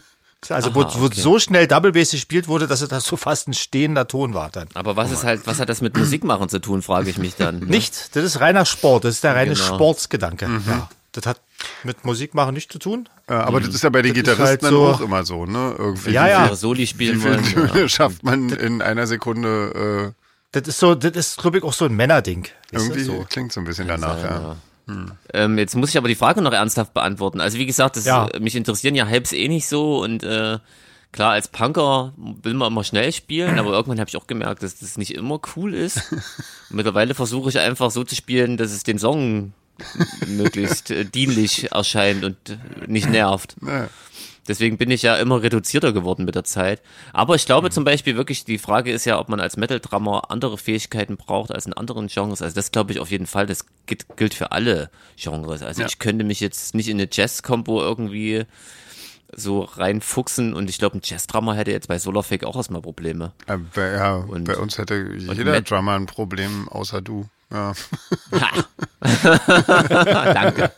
Also wo, Aha, wo okay. so schnell Double Bass gespielt wurde, dass es das so fast ein stehender Ton war dann. Aber was ist halt, was hat das mit Musik machen zu tun, frage ich mich dann. Ne? Nicht, das ist reiner Sport, das ist der reine Genau. Sportsgedanke. Ja, das hat mit Musik machen nichts zu tun. Ja, aber das ist ja bei den Das ist Gitarristen halt dann so- auch immer so, ne? Irgendwie. Ja, wie ja. viel- Oder Soli Wie spielen viele wollen. Töne Ja. schafft man in einer Sekunde? Äh, Das ist so, das ist, glaube ich, auch so ein Männerding. Weißt du, irgendwie so. klingt so ein bisschen danach, ja. Ähm, jetzt muss ich aber die Frage noch ernsthaft beantworten. Also wie gesagt, das, Ja. äh, mich interessieren ja Hypes eh nicht so und äh, klar, als Punker will man immer schnell spielen, aber irgendwann habe ich auch gemerkt, dass das nicht immer cool ist. Und mittlerweile versuche ich einfach so zu spielen, dass es den Song möglichst äh, dienlich erscheint und äh, nicht nervt. Ja. Deswegen bin ich ja immer reduzierter geworden mit der Zeit. Aber ich glaube zum Beispiel wirklich, die Frage ist ja, ob man als Metal-Drummer andere Fähigkeiten braucht als in anderen Genres. Also das glaube ich auf jeden Fall, das gilt, gilt für alle Genres. Also Ja. ich könnte mich jetzt nicht in eine Jazz-Kombo irgendwie so reinfuchsen und ich glaube, ein Jazz-Drummer hätte jetzt bei Solarfake auch erstmal Probleme. Äh, bei, ja, Und- bei uns hätte jeder Met- Drummer ein Problem, außer du. Ja. Danke.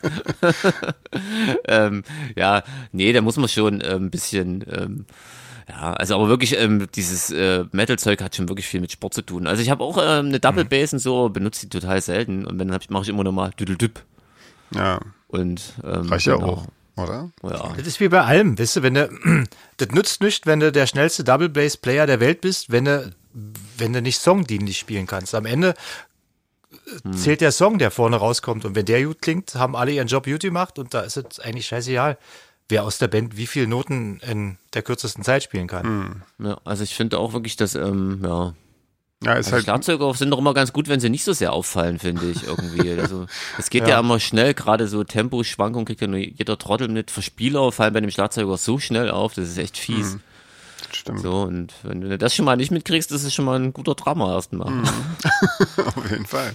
ähm, ja, nee, da muss man schon äh, ein bisschen, ähm, ja, also aber wirklich, ähm, dieses äh, Metal-Zeug hat schon wirklich viel mit Sport zu tun. Also ich habe auch ähm, eine Double Bass und so, benutze die total selten und wenn, dann mache ich immer nur mal düdelüp ja, und ähm, reicht ja genau. auch, oder? Ja. Das ist wie bei allem, weißt du, wenn du, das nützt nichts, wenn du der schnellste Double Bass Player der Welt bist, wenn du, wenn du nicht songdienlich spielen kannst. Am Ende Hm. zählt der Song, der vorne rauskommt und wenn der gut klingt, haben alle ihren Job gut gemacht und da ist es eigentlich scheißegal, wer aus der Band wie viele Noten in der kürzesten Zeit spielen kann. Ja, also ich finde auch wirklich, dass, ähm, ja, Ja, ist also halt, Schlagzeuger sind doch immer ganz gut, wenn sie nicht so sehr auffallen, finde ich irgendwie. Also es geht ja. Ja. immer schnell, gerade so Temposchwankungen kriegt ja nur jeder Trottel mit. Verspieler fallen bei dem Schlagzeuger so schnell auf, das ist echt fies. stimmt, So, und wenn du das schon mal nicht mitkriegst, das ist schon mal ein guter Drama erstmal. auf jeden Fall.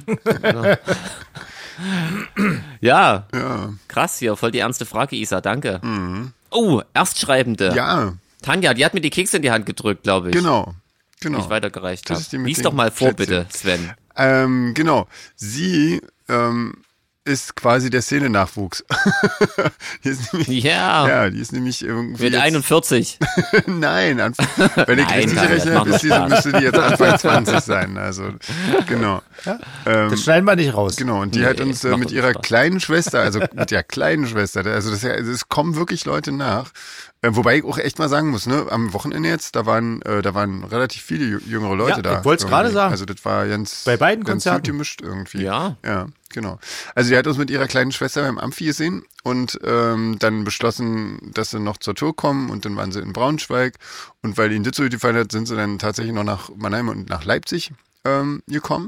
Ja, Ja, krass hier, voll die ernste Frage, Isa, danke. Oh, Erstschreibende. ja, Tanja, die hat mir die Kekse in die Hand gedrückt, glaube ich. genau, Die genau. ich weitergereicht Das habe. ist die mit Lies den doch mal vor, Plätzchen. bitte, Sven. Ähm, genau. Sie ähm, ist quasi der Szenenachwuchs. Die ist nämlich, Ja, ja, die ist nämlich irgendwie. mit jetzt- einundvierzig. Nein, Anf wenn ich Nein, richtig Tanja, das rechne, macht ist die, doch Spaß. müsste die jetzt Anfang zwanzig sein. Also, genau. Ähm, Das schneiden wir nicht raus. Genau, und die Nee, hat uns äh, macht mit uns ihrer Spaß. kleinen Schwester, also mit der kleinen Schwester, also das, ist ja- also es kommen wirklich Leute nach. Äh, wobei ich auch echt mal sagen muss, ne, am Wochenende jetzt, da waren, äh, da waren relativ viele jü- jüngere Leute Ja, da. ich wollt's gerade irgendwie. sagen. Also das war ganz, Bei beiden ganz Konzerten. gut gemischt irgendwie. Ja. Ja, genau. Also die hat uns mit ihrer kleinen Schwester beim Amphi gesehen und ähm, dann beschlossen, dass sie noch zur Tour kommen und dann waren sie in Braunschweig und weil ihnen das so gut gefallen hat, sind sie dann tatsächlich noch nach Mannheim und nach Leipzig ähm, gekommen.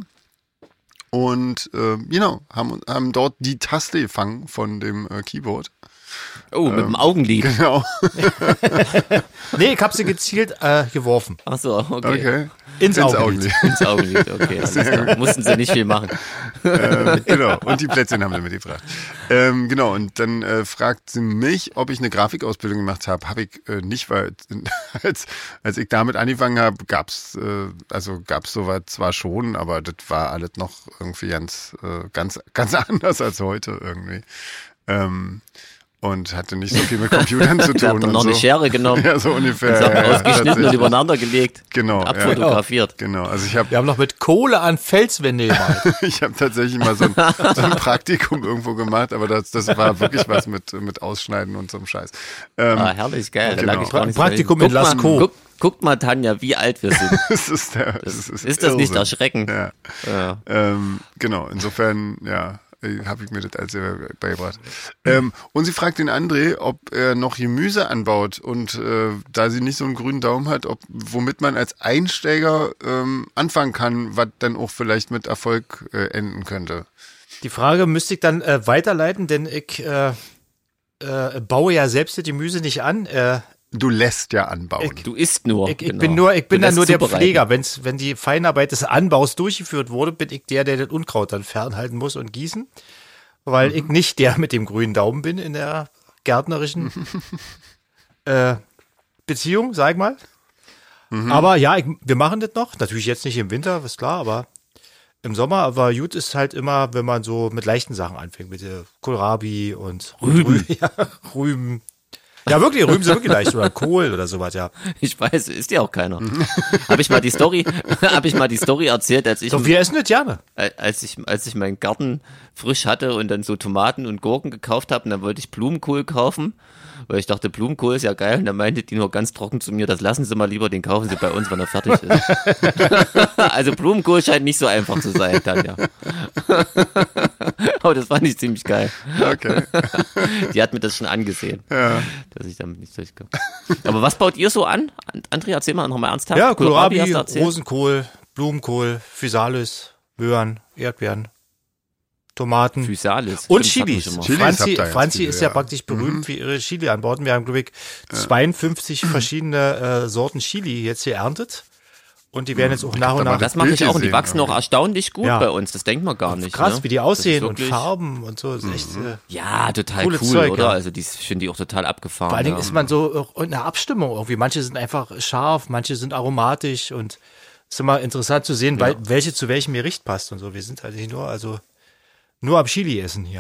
Und äh, genau, haben, haben dort die Taste gefangen von dem äh, Keyboard. Oh, mit dem Augenlid. Genau. Nee, ich hab sie gezielt äh, geworfen. Ach so, okay. Okay. Ins Augenlid. Ins Augenlid, okay. Alles klar. Mussten sie nicht viel machen. ähm, genau. Und die Plätzchen haben sie mitgebracht. Ähm, genau. Und dann äh, fragt sie mich, ob ich eine Grafikausbildung gemacht habe. Habe ich äh, nicht, weil als, als ich damit angefangen habe, gab's äh, also gab's sowas zwar schon, aber das war alles noch irgendwie ganz äh, ganz ganz anders als heute irgendwie. Ähm, und hatte nicht so viel mit Computern zu Da tun. habt ihr und noch so. eine Schere genommen, Ja, so ungefähr. ja, ja, ja, ausgeschnitten und tatsächlich. übereinander gelegt. Genau, Und ja. abfotografiert. Genau. Also ich habe Wir haben noch mit Kohle an Felswände gemalt. Ich habe tatsächlich mal so ein, so ein Praktikum irgendwo gemacht, aber das, das war wirklich was mit, mit Ausschneiden und so einem Scheiß. Ähm, Ah, herrlich, geil. Da Genau. lag ich gar nicht so Praktikum hin. in Guck mal, Lascaux. Guck, guckt mal, Tanja, wie alt wir sind. das ist, der, das ist, Ist das nicht Irrsinn. erschreckend? Ja. Ja. Ähm, genau, insofern, ja, habe ich mir das als beigebracht. Ähm, und sie fragt den André, ob er noch Gemüse anbaut und äh, da sie nicht so einen grünen Daumen hat, ob womit man als Einsteiger ähm, anfangen kann, was dann auch vielleicht mit Erfolg äh, enden könnte. Die Frage müsste ich dann äh, weiterleiten, denn ich äh, äh, baue ja selbst das Gemüse nicht an. Äh, Du lässt ja anbauen. Du isst nur. ich, ich genau. bin nur, ich bin Du dann nur lässt der zubereiten. Pfleger. Wenn's, wenn die Feinarbeit des Anbaus durchgeführt wurde, bin ich der, der das Unkraut dann fernhalten muss und gießen. Weil ich nicht der mit dem grünen Daumen bin in der gärtnerischen äh, Beziehung, sag ich mal. Aber ja, ich, wir machen das noch. Natürlich jetzt nicht im Winter, ist klar, aber im Sommer. Aber gut ist halt immer, wenn man so mit leichten Sachen anfängt, mit äh, Kohlrabi und Rüben. Rü- ja, Rüben. Ja, wirklich, rüben sie wirklich leicht. Oder Kohl oder sowas, ja. Ich weiß, ist ja auch keiner. Habe ich mal die Story, habe ich mal die Story erzählt, als ich, Doch, wir essen das gerne. als ich, als ich meinen Garten frisch hatte und dann so Tomaten und Gurken gekauft habe und dann wollte ich Blumenkohl kaufen, weil ich dachte, Blumenkohl ist ja geil und dann meinte die nur ganz trocken zu mir, das lassen Sie mal lieber, den kaufen Sie bei uns, wenn er fertig ist. Also Blumenkohl scheint nicht so einfach zu sein, Tanja. Aber das fand ich ziemlich geil. Okay. Die hat mir das schon angesehen, Ja. dass ich damit nicht durchkomme. Aber was baut ihr so an? André, erzähl mal nochmal ernsthaft. Ja, Kohlrabi, hast du erzählt? Rosenkohl, Blumenkohl, Physalis, Möhren, Erdbeeren, Tomaten. Physalis. Und Stimmt, Chilis. hatten wir schon mal. Chilis Franzi, habt ihr ganz Franzi viele, ist ja, ja. praktisch berühmt für ihre Chili-Anbauten. Wir haben, glaube ich, zweiundfünfzig verschiedene äh, Sorten Chili jetzt hier erntet. Und die werden jetzt auch nach und da mal nach Das mache ich Bild auch und die gesehen, wachsen auch irgendwie. erstaunlich gut Ja. bei uns. Das denkt man gar nicht. krass, ne? wie die Das aussehen ist und wirklich- Farben und so. Das ist echt, äh, Ja, total Cooles cool, Zeug, oder? ja. Also die, ich finde die auch total abgefahren. vor allen Dingen ja. ist man so auch in der Abstimmung irgendwie. Manche sind einfach scharf, manche sind aromatisch und es ist immer interessant zu sehen, weil, welche zu welchem Gericht passt und so. Wir sind halt nicht nur, also nur am Chili essen hier.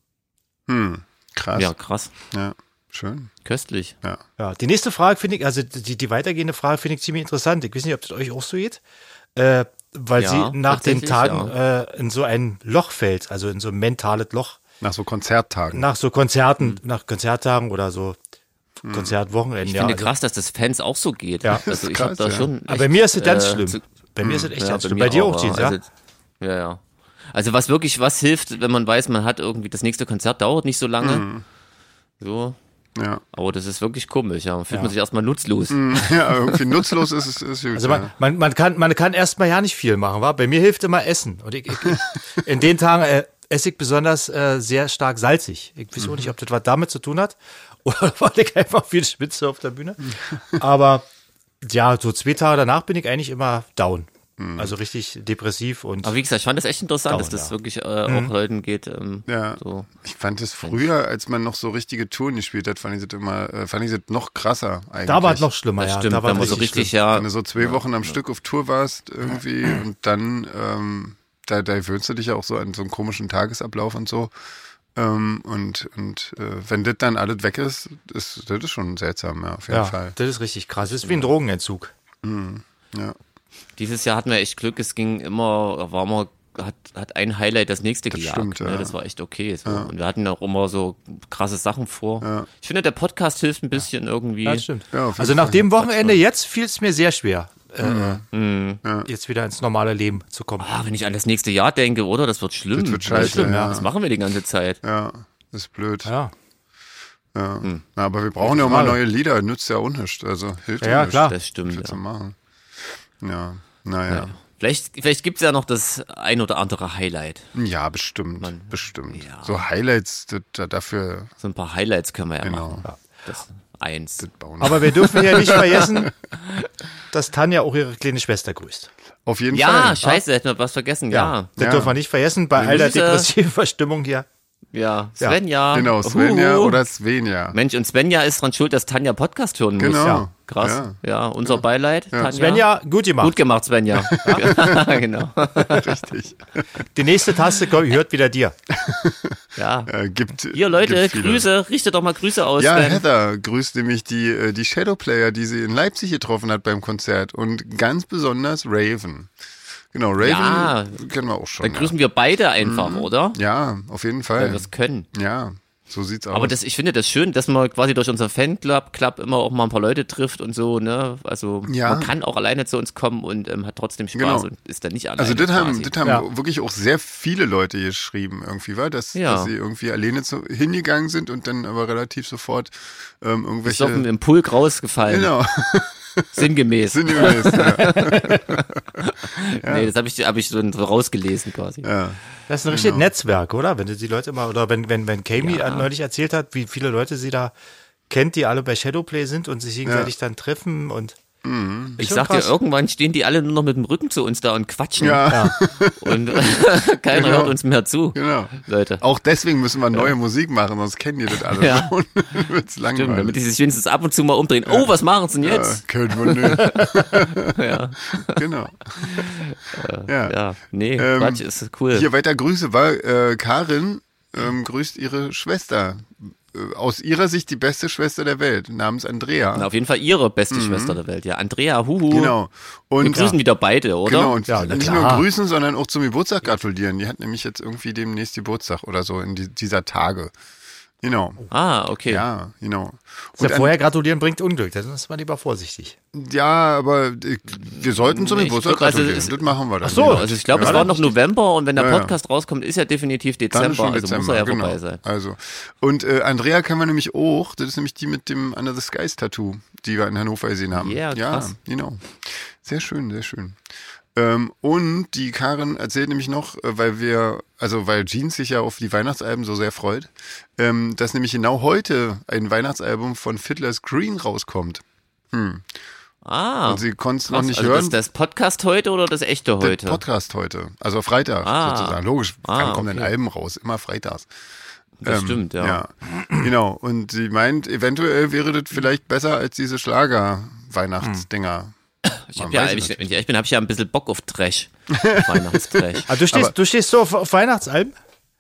Hm. Krass. Ja, Ja. krass. Schön. Köstlich. Ja. Ja, die nächste Frage finde ich, also die, die weitergehende Frage finde ich ziemlich interessant. Ich weiß nicht, ob das euch auch so geht. Äh, weil Ja, sie nach den tatsächlich, Tagen äh, in so ein Loch fällt, also in so ein mentales Loch. Nach so Konzerttagen. Nach so Konzerten, nach Konzerttagen oder so Konzertwochenenden. Ich ja, finde also, krass, dass das Fans auch so geht. Ja. Also ich Krass, habe da ja. schon. aber bei mir ist es ganz äh, schlimm. zu- Bei mir ist es echt Ja, ganz bei schlimm. mir Bei dir auch, auch, Jeans, ja. ja? Also, ja, ja. Also was wirklich was hilft, wenn man weiß, man hat irgendwie das nächste Konzert dauert nicht so lange. Mhm. So. Ja. Aber das ist wirklich komisch, ja. Man fühlt Ja. man sich erstmal nutzlos. Ja, irgendwie nutzlos ist es ist gut. Also ja. man, man, man kann, man kann erstmal ja nicht viel machen, wa? Bei mir hilft immer Essen. Und ich, ich, in den Tagen äh, esse ich besonders äh, sehr stark salzig. Ich weiß auch nicht, ob das was damit zu tun hat. Oder weil ich einfach viel schwitze auf der Bühne. Aber ja, so zwei Tage danach bin ich eigentlich immer down. Also richtig depressiv und Aber wie gesagt, ich fand das echt interessant, Dauern, dass das ja. wirklich äh, auch Leuten geht. Ähm, Ja. so. Ich fand es früher, als man noch so richtige Touren gespielt hat, fand ich das immer, äh, fand ich das noch krasser eigentlich. da war es noch schlimmer. Das ja. stimmt, da war wenn man so richtig richtig, schlimm. ja. Wenn du so zwei Wochen am Stück auf Tour warst irgendwie und dann, ähm, da, da gewöhnst du dich ja auch so an so einen komischen Tagesablauf und so. Ähm, und und äh, wenn das dann alles weg ist, ist das ist schon seltsam, ja, auf jeden Ja, Fall. das ist richtig krass. Das ist wie ein Drogenentzug. Ja. Dieses Jahr hatten wir echt Glück, es ging immer, war immer, hat, hat ein Highlight das nächste gejagt. stimmt, ne? ja. Das war echt okay. So. Und wir hatten auch immer so krasse Sachen vor. Ja. Ich finde, der Podcast hilft ein bisschen irgendwie. Ja, das stimmt. Ja, auf jeden also nach Fall. dem Wochenende jetzt fiel es mir sehr schwer, äh, Mhm. jetzt wieder ins normale Leben zu kommen. Ah, wenn ich an das nächste Jahr denke, oder? Das wird schlimm. Das wird scheiße, schlimm, ja. Was machen wir die ganze Zeit? Ja, das ist blöd. Ja. Ja. Na, aber wir brauchen ja auch mal Frage. neue Lieder, nützt ja auch nichts. Also hilft Ja, ja, klar. Das stimmt. nichts. Was Ja. zu machen. Ja, naja. Ja. Vielleicht, vielleicht gibt es ja noch das ein oder andere Highlight. Ja, bestimmt. Man- bestimmt. ja. So Highlights, das, da- dafür So ein paar Highlights können wir ja Genau. machen. Das eins. das bauen. Aber wir dürfen ja nicht vergessen, dass Tanja auch ihre kleine Schwester grüßt. Auf jeden Ja, Fall. scheiße, hätten wir was vergessen. Ja. Das Ja. dürfen wir nicht vergessen bei all der Grüße. depressiven Verstimmung hier. Ja. Svenja. Genau, Svenja Huhu. oder Svenja. Mensch, und Svenja ist dran schuld, dass Tanja Podcast hören muss. Genau. Ja, krass. Ja. Ja, unser Beileid, Tanja. Svenja, gut gemacht. Gut gemacht, Svenja. Ja, genau. Richtig. Die nächste Taste gehört wieder dir. Ja. Äh, gibt, Ihr Leute, gibt viele. Grüße, richtet doch mal Grüße aus. Ja, Sven. Heather grüßt nämlich die, äh, die Shadowplayer, die sie in Leipzig getroffen hat beim Konzert. Und ganz besonders Raven. Genau, Raven Ja. kennen wir auch schon. Dann grüßen wir beide einfach, oder? Ja, auf jeden Weil Fall. wir es können. Ja, so sieht's aus. Aber das, ich finde das schön, dass man quasi durch unseren Fanclub Club immer auch mal ein paar Leute trifft und so, ne? Also Ja. man kann auch alleine zu uns kommen und ähm, hat trotzdem Spaß Genau. und ist dann nicht alleine. Also das haben, quasi. das haben Ja. wirklich auch sehr viele Leute geschrieben irgendwie, war, dass, Ja. dass sie irgendwie alleine zu, hingegangen sind und dann aber relativ sofort ähm, irgendwelche. Ist auf dem Impulk rausgefallen. Genau, Sinngemäß. sinngemäß. ja. Nee, das habe ich, hab ich so rausgelesen quasi. Ja. Das ist ein richtiges Netzwerk, oder? Wenn du die Leute immer, oder wenn, wenn, wenn Kami neulich erzählt hat, wie viele Leute sie da kennt, die alle bei Shadowplay sind und sich gegenseitig dann treffen und Ich schon sag dir, krass. irgendwann stehen die alle nur noch mit dem Rücken zu uns da und quatschen. Ja. Und keiner Genau. hört uns mehr zu. Genau. Leute. Auch deswegen müssen wir neue Musik machen, sonst kennen die das alle Ja. schon. Wird's Stimmt, langweilig. damit die sich wenigstens ab und zu mal umdrehen. Oh, was machen sie denn ja, jetzt? können wir nicht. Ja, Genau. Ja. ja. Nee, Ähm, Quatsch, ist cool. Hier weiter Grüße, weil äh, Karin ähm, grüßt ihre Schwester äh, aus ihrer Sicht die beste Schwester der Welt, namens Andrea. Na, auf jeden Fall ihre beste mhm. Schwester der Welt, ja. Andrea, huhu. Genau. Und, wir grüßen ja. wieder beide, oder? Genau, und ja, nicht nur grüßen, sondern auch zum Geburtstag gratulieren. Die hat nämlich jetzt irgendwie demnächst Geburtstag oder so in die, dieser Tage. Genau. Ah, okay. Ja, genau. Und ja, vorher gratulieren bringt Unglück, dann ist man lieber vorsichtig. Ja, aber wir sollten zum Geburtstag gratulieren, also das machen wir dann. Ach so, also ich glaube, ja, es war noch November und wenn der Podcast ja, ja. rauskommt, ist ja definitiv Dezember, also Dezember, muss er ja genau. vorbei sein. Also, und äh, Andrea kennen wir nämlich auch, das ist nämlich die mit dem Under the Skies Tattoo, die wir in Hannover gesehen haben. Yeah, ja, krass. genau. Sehr schön, sehr schön. Ähm, und die Karin erzählt nämlich noch, äh, weil wir, also weil Jeans sich ja auf die Weihnachtsalben so sehr freut, ähm, dass nämlich genau heute ein Weihnachtsalbum von Fiddler's Green rauskommt. Hm. Ah. Und sie konnte es noch nicht also hören. Das, das Podcast heute oder das echte heute? Der Podcast heute, also Freitag ah. sozusagen. Logisch, ah, wann kommen okay. denn Alben raus? Immer freitags. Das ähm, stimmt, ja. ja. Genau, und sie meint, eventuell wäre das vielleicht besser als diese Schlager-Weihnachtsdinger. Hm. Ich hab ja, ich, wenn ich ehrlich bin, habe ich ja ein bisschen Bock auf Trash. Auf Weihnachtstrash. Ah, du, stehst, du stehst so auf, auf Weihnachtsalben?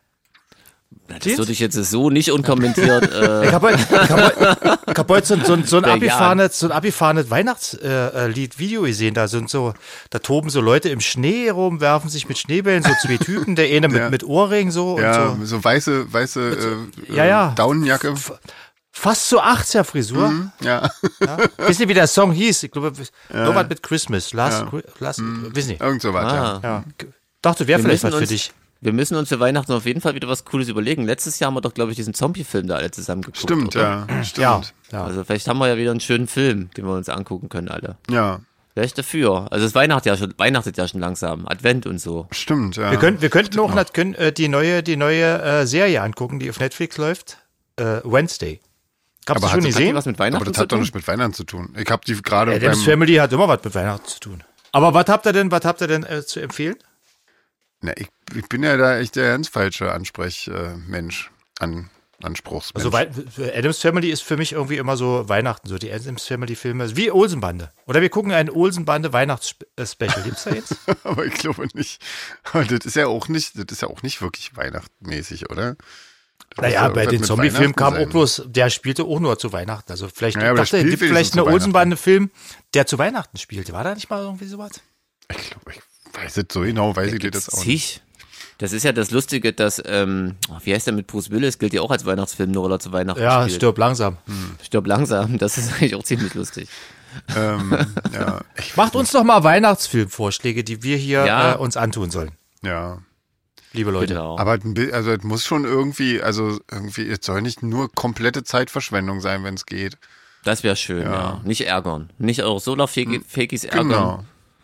Das würde ich jetzt so nicht unkommentiert. Äh ich habe heute, ich hab heute, ich hab heute so, so, so ein abgefahrenes, so ein abgefahrenes Weihnachtslied-Video gesehen. Da sind so, da toben so Leute im Schnee rum, werfen sich mit Schneebällen, so zwei Typen, der eine mit, ja. mit Ohrring so. Ja, und so. so weiße, weiße äh, ja, ja. Daunenjacke. Fast so achtziger-Frisur. Mhm, ja. ja. Wisst ihr, wie der Song hieß? Ich glaube, ja. Noch was mit Christmas. Last, ja. last mhm. Wisst ihr? Irgend so was, ah. ja. ja. Dachte, wäre vielleicht was für uns, dich. Wir müssen uns für Weihnachten auf jeden Fall wieder was Cooles überlegen. Letztes Jahr haben wir doch, glaube ich, diesen Zombie-Film da alle zusammen geguckt. Stimmt, oder? ja. Stimmt. Ja, ja. Also vielleicht haben wir ja wieder einen schönen Film, den wir uns angucken können, alle. Ja. Wäre ich dafür. Also es Weihnacht ja schon, weihnachtet ja schon langsam. Advent und so. Stimmt, ja. Wir, können, wir könnten auch noch. Können, äh, die neue, die neue äh, Serie angucken, die auf Netflix läuft. Äh, Wednesday. Habst aber du schon das, gesehen? Was mit Weihnachten aber das zu hat doch tun? nichts mit Weihnachten zu tun. Ich habe die gerade Adams beim... Family hat immer was mit Weihnachten zu tun. Aber was habt ihr denn, was habt ihr denn äh, zu empfehlen? Na, ich, ich bin ja da echt der ganz falsche Ansprechmensch, an, Anspruchsmensch. Also Adams Family ist für mich irgendwie immer so Weihnachten, so die Adams Family Filme, wie Olsenbande. Oder wir gucken einen Olsenbande Weihnachtsspecial. Gibt's da jetzt? Aber ich glaube nicht. Aber das ist ja auch nicht, das ist ja auch nicht wirklich weihnachtmäßig, oder? Das naja, ja bei den Zombie-Filmen kam sein. auch bloß, der spielte auch nur zu Weihnachten. Also vielleicht, naja, dachte, es gibt vielleicht eine Olsenbande-Film, der zu Weihnachten spielte. War da nicht mal irgendwie sowas? Ich glaube, ich weiß es so genau, weiß da ich dir das auch zig. nicht. Das ist ja das Lustige, dass, ähm, wie heißt der mit Bruce Willis, gilt ja auch als Weihnachtsfilm, nur weil er zu Weihnachten ja, spielt. Ja, stirb langsam. Hm. Stirb langsam, das ist eigentlich auch ziemlich lustig. ähm, ja. Macht uns doch mal Weihnachtsfilmvorschläge, die wir hier ja. äh, uns antun sollen. Ja. Liebe Leute. Genau. Aber also es muss schon irgendwie, also irgendwie, es soll nicht nur komplette Zeitverschwendung sein, wenn es geht. Das wäre schön, ja. ja. Nicht ärgern. Nicht eure Solar-Fakis ärgern. Genau.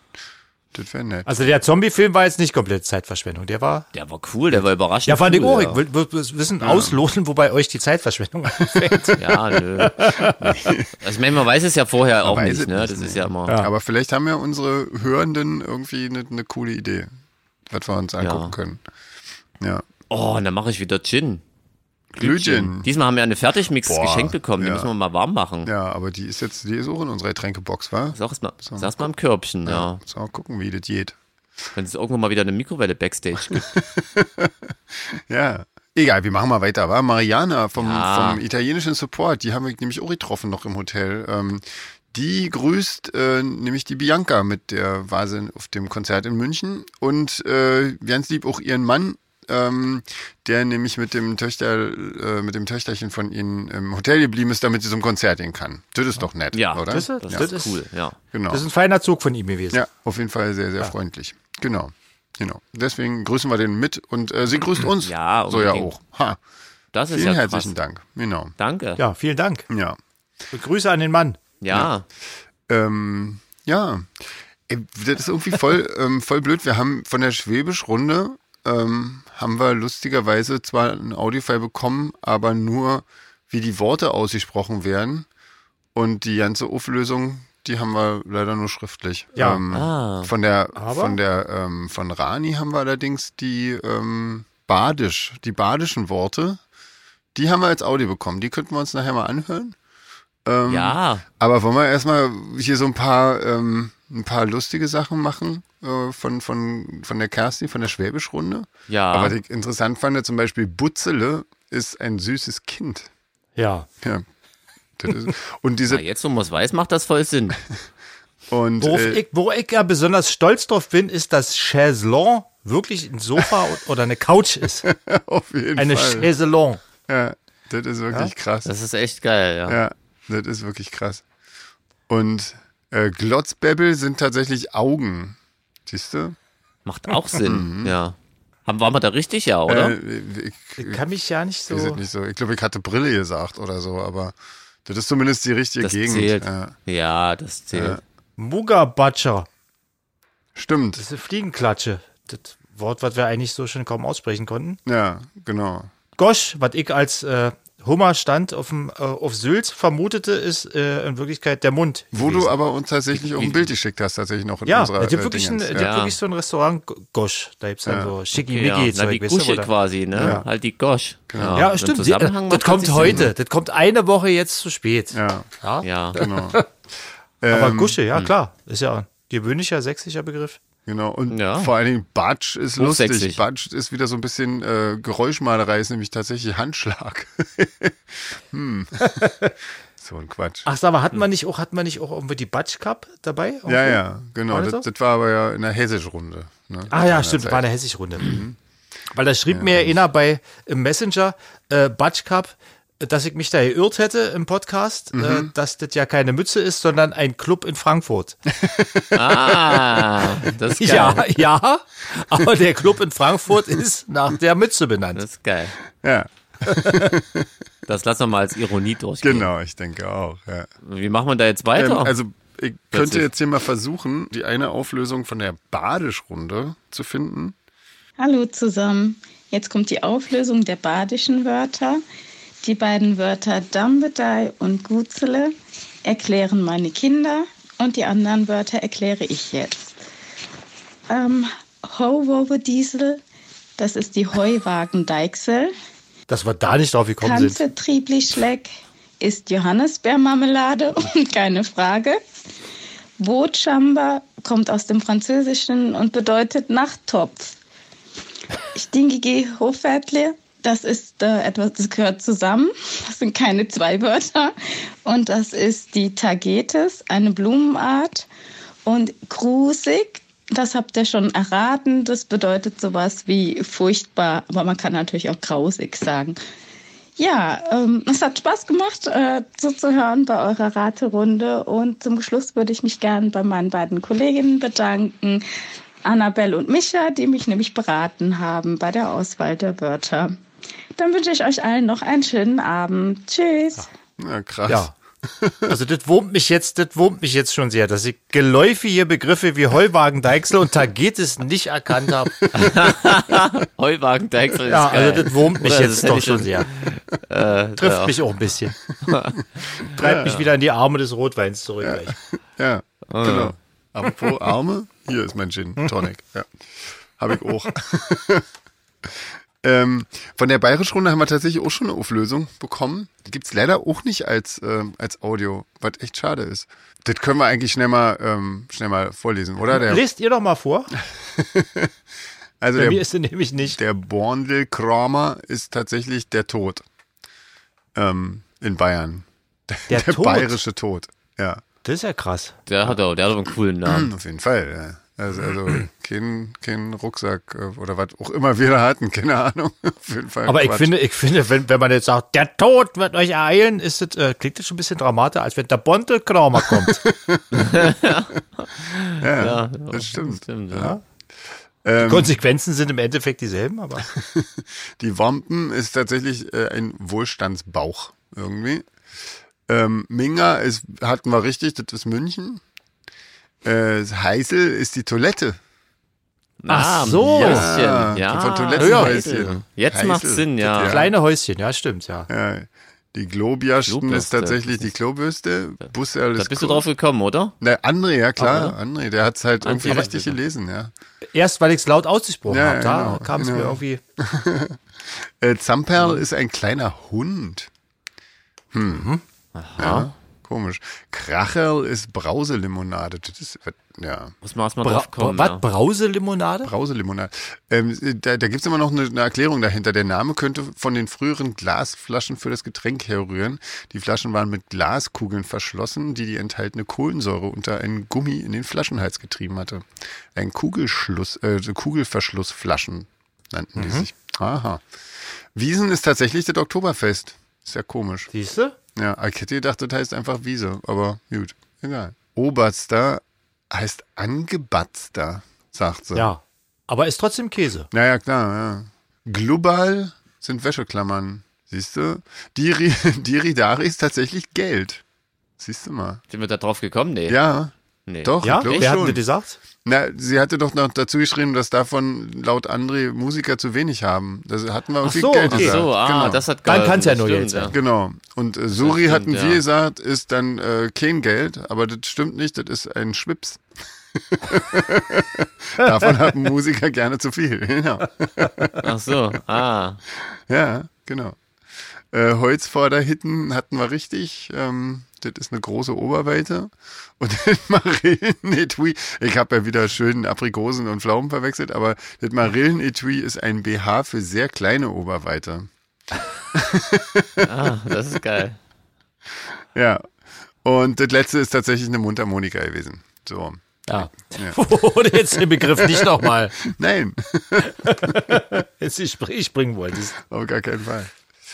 Das wäre nett. Also der Zombie-Film war jetzt nicht komplett Zeitverschwendung. Der war. Der war cool, der war überraschend. Ja, fand cool, ich auch. ja. Ich will, will wissen, ja. ausloten, wobei euch die Zeitverschwendung anfängt. Ja, nö. Also ich meine, man weiß es ja vorher man auch nicht, ne? nicht, Das nee. ist ja immer. Ja. Aber vielleicht haben ja unsere Hörenden irgendwie eine, eine coole Idee, was wir uns angucken ja. können. Ja. Oh, und dann mache ich wieder Gin. Glühgin. Diesmal haben wir eine Fertigmix Boah, geschenkt bekommen, die ja. müssen wir mal warm machen. Ja, aber die ist jetzt, die ist auch in unserer Getränkebox, wa? Sag's mal, so. sag's mal im Körbchen, ja. ja. So, mal gucken, wie das geht. Wenn es irgendwann mal wieder eine Mikrowelle Backstage gibt. Ja, egal, wir machen mal weiter, wa? Mariana vom, ja. vom italienischen Support, die haben wir nämlich auch getroffen noch im Hotel. Ähm, die grüßt äh, nämlich die Bianca, mit der war sie auf dem Konzert in München und äh, ganz lieb auch ihren Mann, ähm, der nämlich mit dem Töchter, äh, mit dem Töchterchen von ihnen im Hotel geblieben ist, damit sie zum Konzert gehen kann. Das ist doch nett, ja, oder? Das, ist, das, ja. das ist cool, ja. Genau. Das ist ein feiner Zug von ihm gewesen. Ja, auf jeden Fall sehr, sehr ja. freundlich. Genau, genau. Deswegen grüßen wir den mit und äh, sie grüßt uns. Ja, so ja auch. Ha. Das ist Vielen ja herzlichen krass. Dank. Genau. Danke. Ja, vielen Dank. Ja. Und Grüße an den Mann. Ja. Ja. Ähm, ja. Das ist irgendwie voll, ähm, voll blöd. Wir haben von der Schwäbisch-Runde ähm, haben wir lustigerweise zwar ein Audiofile bekommen, aber nur, wie die Worte ausgesprochen werden. Und die ganze Auflösung, die haben wir leider nur schriftlich. Ja. Ähm, Ah. Von der, Aber? von der, ähm, von Rani haben wir allerdings die ähm, Badisch, die badischen Worte, die haben wir als Audio bekommen. Die könnten wir uns nachher mal anhören. Ähm, Ja. Aber wollen wir erstmal hier so ein paar, ähm, ein paar lustige Sachen machen äh, von, von, von der Kerstin, von der Schwäbisch-Runde? Ja. Aber was ich interessant fand, zum Beispiel Butzele ist ein süßes Kind. Ja. Ja. Das ist, und diese Na, jetzt, wo man es weiß, macht das voll Sinn. und Worauf, äh, ich, wo ich ja besonders stolz drauf bin, ist, dass Chaiselon wirklich ein Sofa oder eine Couch ist. auf jeden Eine Fall. Chaiselon. Ja, das ist wirklich krass. Das ist echt geil, ja. Ja, das ist wirklich krass. Und äh, Glotzbäbbel sind tatsächlich Augen. Siehst du? Macht auch Sinn, ja. Haben, waren wir da richtig, ja, oder? Äh, ich, Ich kann mich ja nicht ich weiß so. es nicht so. Ich glaube, ich hatte Brille gesagt oder so, aber das ist zumindest die richtige Das Gegend. zählt. Ja. Ja, das zählt. Ja. Mugabatscher. Stimmt. Das ist eine Fliegenklatsche. Das Wort, was wir eigentlich so schon kaum aussprechen konnten. Ja, genau. Gosch, was ich als äh, Hummerstand auf, dem, äh, auf Sylt vermutete, ist äh, in Wirklichkeit der Mund. Wo gewesen. du aber uns tatsächlich auch ein Bild geschickt hast, tatsächlich noch in Ja, unserer es gibt wirklich, ein, Dingens. es gibt Ja. wirklich so ein Restaurant, Gosch. Da gibt es dann Ja. so Ja, Schickimicki-Zeug. na, die weißt du, Gusche wo da- quasi, ne? Ja. Halt die Gosch. Genau. Ja, im stimmt. Die, Zusammenhang äh, macht das kommt sich heute. Sinn. Das kommt eine Woche jetzt zu spät. Ja, Ja? Ja. genau. Aber Ähm, Gusche, ja klar. Ist ja ein gewöhnlicher sächsischer Begriff. Genau, und Ja. vor allen Dingen Batsch ist lustig. Hochsächsisch. Batsch ist wieder so ein bisschen äh, Geräuschmalerei, ist nämlich tatsächlich Handschlag. hm. So ein Quatsch. Ach, sag mal, hatten wir nicht auch, hatten wir nicht auch irgendwie die Batsch Cup dabei? Irgendwo? ja, ja, genau. War das Das, so? das war aber ja in der Hessisch-Runde. Ne? Ah ja, In stimmt, der war eine Zeit. Hessig-Runde. Weil da schrieb mir einer bei im Messenger, äh, Batsch Cup, dass ich mich da geirrt hätte im Podcast, Mhm. äh, dass das ja keine Mütze ist, sondern ein Club in Frankfurt. Ah, das ist geil. Ja, ja, aber der Club in Frankfurt ist nach der Mütze benannt. Das ist geil. Ja, Das lassen wir mal als Ironie durchgehen. genau, ich denke auch. Ja. Wie machen wir da jetzt weiter? Ähm, also ich könnte Plötzlich. jetzt hier mal versuchen, die eine Auflösung von der Badisch-Runde zu finden. Hallo zusammen. Jetzt kommt die Auflösung der badischen Wörter. Die beiden Wörter Dambedei und Gutzele erklären meine Kinder und die anderen Wörter erkläre ich jetzt. Ähm, Houwouwe-Diesel, das ist die Heuwagen-Deichsel. Dass wir da nicht drauf gekommen sind. Kanze Triebli-Schleck ist Johannisbeermarmelade und keine Frage. Bootschamba kommt aus dem Französischen und bedeutet Nachttopf. Stingige Hofviertle, das ist äh, etwas, das gehört zusammen. Das sind keine zwei Wörter. Und das ist die Tagetes, eine Blumenart. Und grusig, das habt ihr schon erraten, das bedeutet sowas wie furchtbar, aber man kann natürlich auch grausig sagen. Ja, ähm, es hat Spaß gemacht, äh, zuzuhören bei eurer Raterunde. Und zum Schluss würde ich mich gerne bei meinen beiden Kolleginnen bedanken, Annabelle und Micha, die mich nämlich beraten haben bei der Auswahl der Wörter. Dann wünsche ich euch allen noch einen schönen Abend. Tschüss. Ja, krass. Ja. Also das wurmt mich jetzt, das wurmt mich jetzt schon sehr, dass ich geläufige Begriffe wie Heuwagen-Deichsel und Tagetes nicht erkannt habe. Heuwagen-Deichsel ist Ja, geil. also das wurmt mich Oder das jetzt hätte doch ich schon schon- sehr. Äh, Trifft ja. mich auch ein bisschen. Treibt mich wieder in die Arme des Rotweins zurück. Gleich. Ja, Ah. genau. Apropos Arme, hier ist mein Gin Tonic. Ja, habe ich auch. ähm, von der Bayerisch-Runde haben wir tatsächlich auch schon eine Auflösung bekommen. Die gibt's leider auch nicht als, ähm, als Audio, was echt schade ist. Das können wir eigentlich schnell mal, ähm, schnell mal vorlesen, oder? Der, Lest ihr doch mal vor. also Bei mir der, ist sie nämlich nicht. der Borndelkramer ist tatsächlich der Tod. Ähm, in Bayern. Der Der Tod? bayerische Tod. Ja. Das ist ja krass. Der hat auch, der hat auch einen coolen Namen. Auf jeden Fall, ja. Also, also kein, kein Rucksack äh, oder was auch immer wir da hatten, keine Ahnung. Auf jeden Fall. Aber ich Quatsch. finde, ich finde, wenn, wenn man jetzt sagt, der Tod wird euch ereilen, ist das, äh, klingt das schon ein bisschen dramatischer, als wenn der Bontelkramer kommt. ja, Ja, das stimmt. stimmt ja. Ähm, Konsequenzen sind im Endeffekt dieselben, aber die Wampen ist tatsächlich äh, ein Wohlstandsbauch irgendwie. Ähm, Minga ist, hatten wir richtig, das ist München. Äh, Heißel ist die Toilette. Ach Ah, so. Häuschen. Ja, Ja, von Toilettenhäuschen. Häusel. Jetzt Heißel. macht's Sinn, ja. Ja. kleine Häuschen, ja, stimmt, ja. Ja, die Globiasten Klobürste. ist tatsächlich die Klobürste. Busserl Da ist bist du Ko- drauf gekommen, oder? Na, André, ja klar, Aber- André, der hat's halt irgendwie André, richtig bitte. gelesen, ja. Erst, weil ich es laut ausgesprochen Ja, habe, da genau, kam es mir genau. irgendwie. Äh, Zamperl ist ein kleiner Hund. Aha. komisch. Kracherl ist Brauselimonade. Das ist, ja. Muss man erstmal Bra drauf kommen. was? Ja. Brauselimonade? Brauselimonade. Ähm, da da gibt es immer noch eine, eine Erklärung dahinter. Der Name könnte von den früheren Glasflaschen für das Getränk herrühren. Die Flaschen waren mit Glaskugeln verschlossen, die die enthaltene Kohlensäure unter einen Gummi in den Flaschenhals getrieben hatte. Ein Kugelschluss, äh, Kugelverschlussflaschen nannten die Mhm. sich. Aha. Wiesen ist tatsächlich das Oktoberfest. Ist ja komisch. Siehst du? Ja, ich hätte gedacht, das heißt einfach Wiese, aber gut, egal. Oberster heißt Angebatzter, sagt sie. Ja. Aber ist trotzdem Käse. Naja, klar, ja. Global sind Wäscheklammern, siehst du? Diri, Diridari ist tatsächlich Geld. Siehst du mal. Sind wir da drauf gekommen? Nee. Ja, Nee. doch, Ja? ich glaube Wer hat schon. dir gesagt? Na, sie hatte doch noch dazu geschrieben, dass davon laut André Musiker zu wenig haben. Das hatten wir irgendwie so, Geld okay. Ach gesagt. so, ah, genau. das hat Dann geholfen, kann's ja das nur stimmt, jetzt sein. Genau. Und äh, Suri stimmt, hatten wir ja. gesagt, ist dann äh, kein Geld, aber das stimmt nicht, das ist ein Schwips. Davon haben Musiker gerne zu viel. Genau. Ach so, ah. Ja, genau. Äh, Holzvorderhitten hatten wir richtig. Ähm, das ist eine große Oberweite. Und das Marillenetui, ich habe ja wieder schön Aprikosen und Pflaumen verwechselt, aber das Marillenetui ist ein B H für sehr kleine Oberweite. Ah, das ist geil. Ja. Und das letzte ist tatsächlich eine Mundharmonika gewesen. So. Ja. Ja. Oder jetzt den Begriff nicht nochmal. Nein, Jetzt ich, spr- ich springen wolltest. auf gar keinen Fall.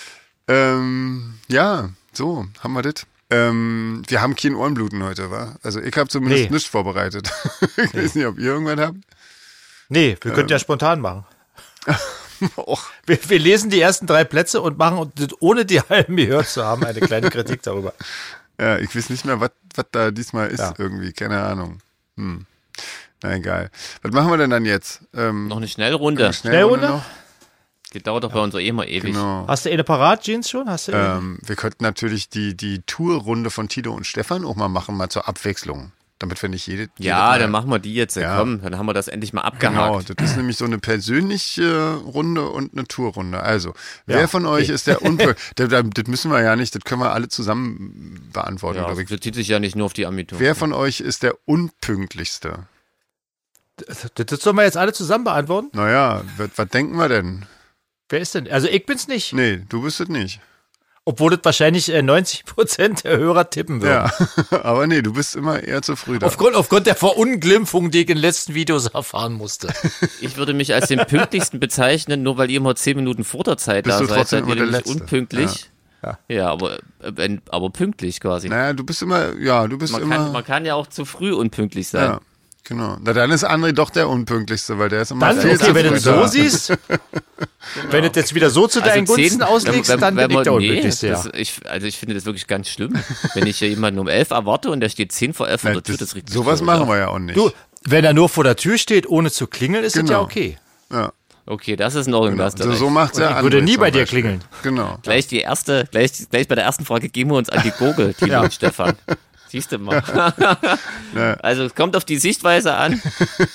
Ähm, ja, so, haben wir das. Ähm, wir haben kein Ohrenbluten heute, wa? Also ich habe zumindest Nee. nichts vorbereitet. Ich weiß nicht, ob ihr irgendwas habt. Nee, wir könnten ja spontan machen. Och, Wir, wir lesen die ersten drei Plätze und machen, und das ohne die halben gehört zu haben, eine kleine Kritik darüber. ja, ich weiß nicht mehr, was was da diesmal ist Ja. irgendwie, keine Ahnung. Hm. Na egal. Was machen wir denn dann jetzt? Ähm, Noch eine Schnellrunde. Schnellrunde? noch? Die dauert doch bei uns auch immer ewig. Genau. Hast du eine Parat-Jeans schon? Hast du eine? Ähm, wir könnten natürlich die, die Tourrunde von Tito und Stefan auch mal machen, mal zur Abwechslung. Damit wir nicht jede. Ja, jede dann machen wir die jetzt. Ja. Komm, dann haben wir das endlich mal Genau, abgehakt. das ist nämlich so eine persönliche Runde und eine Tourrunde. Also, wer Ja, von euch okay. ist der Unpünktliche? das, das das müssen wir ja nicht, das können wir alle zusammen beantworten, Ja, glaube das ich. bezieht sich ja nicht nur auf die Abitur. Wer von euch ist der Unpünktlichste? Das, das sollen wir jetzt alle zusammen beantworten? Naja, was, was denken wir denn? Wer ist denn? Also ich bin's nicht. Nee, du bist es nicht. Obwohl das wahrscheinlich äh, neunzig Prozent der Hörer tippen würden. Ja, aber nee, du bist immer eher zu früh da. Aufgrund, aufgrund der Verunglimpfung, die ich in den letzten Videos erfahren musste. Ich würde mich als den pünktlichsten bezeichnen, nur weil ihr immer zehn Minuten vor der Zeit Bist da du seid, trotzdem seid ihr immer der nämlich Letzte. unpünktlich. Ja. Ja, aber, äh, aber pünktlich quasi. Naja, du bist immer, ja, du bist Man immer. kann, man kann ja auch zu früh unpünktlich sein. ja, genau. Na, dann ist André doch der Unpünktlichste, weil der ist immer Dann, viel okay, zu wenn du früh das so da. siehst, wenn du das jetzt wieder so zu deinen Also zehn- Gunsten auslegst, wenn- dann wenn bin ich der man- nee, Unglücklichste, ja. das, ich, also ich finde das wirklich ganz schlimm. Wenn ich hier jemanden um elf erwarte und der steht zehn vor elf vor Na, der Tür, das, das regt mich sowas traurig machen auf. wir ja auch nicht. Du, wenn er nur vor der Tür steht, ohne zu klingeln, ist das Genau. ja okay. ja, Okay, das ist in Ordnung. genau. da hast du So, recht. so macht's ja Ich würde André nie zum bei dir Beispiel. klingeln. Genau. Gleich die erste, gleich, gleich bei der ersten Frage gehen wir uns an die Gurgel, Timo Ja. und Stefan. Siehst du mal. Also es kommt auf die Sichtweise an,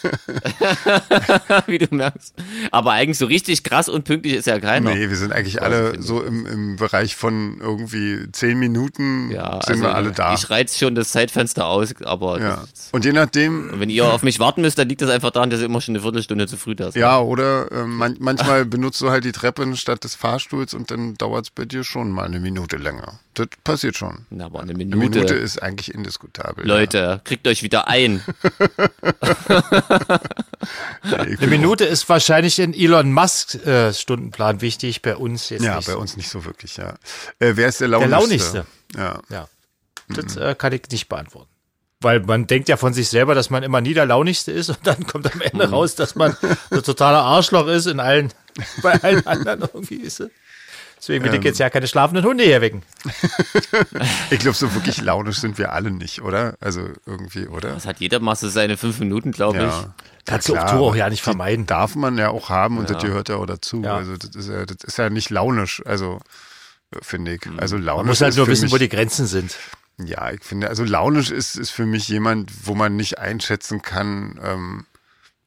wie du merkst. Aber eigentlich so richtig krass unpünktlich ist ja keiner. Nee, wir sind eigentlich Weiß alle ich nicht. so im, im Bereich von irgendwie zehn Minuten Ja, sind also wir alle da. ich reiz schon das Zeitfenster aus, aber ja. das, Und je nachdem, wenn ihr auf mich warten müsst, dann liegt das einfach daran, dass ihr immer schon eine Viertelstunde zu früh da seid. ja, oder äh, man, manchmal benutzt du halt die Treppe statt des Fahrstuhls und dann dauert's bei dir schon mal eine Minute länger. Das passiert schon. Na, aber eine Eine Minute. Minute ist eigentlich indiskutabel. Leute, kriegt euch wieder ein. Ja. Nee, ich Eine bin Minute ist wahrscheinlich in Elon Musk äh, Stundenplan wichtig, bei uns jetzt Ja, nicht. bei so. uns nicht so wirklich, ja. Äh, wer ist der Der launischste? launigste. Ja. Ja, das äh, kann ich nicht beantworten. Weil man denkt ja von sich selber, dass man immer nie der launigste ist und dann kommt am Ende raus, dass man ein totaler Arschloch ist in allen, bei allen anderen irgendwie ist. Deswegen will ich jetzt ja keine schlafenden Hunde hier wecken. Ich glaube, so wirklich launisch sind wir alle nicht, oder? Also irgendwie, oder? Das hat jeder mal so seine fünf Minuten, glaube ich. Kannst Ja, du auf klar, Tour auch aber ja nicht vermeiden. Darf man ja auch haben und Ja. das gehört ja auch dazu. Ja. Also das ist ja, das ist ja nicht launisch, also äh, finde ich. Also launisch Man muss halt ist nur für wissen, mich, wo die Grenzen sind. Ja, ich finde, also launisch ist, ist für mich jemand, wo man nicht einschätzen kann, ähm,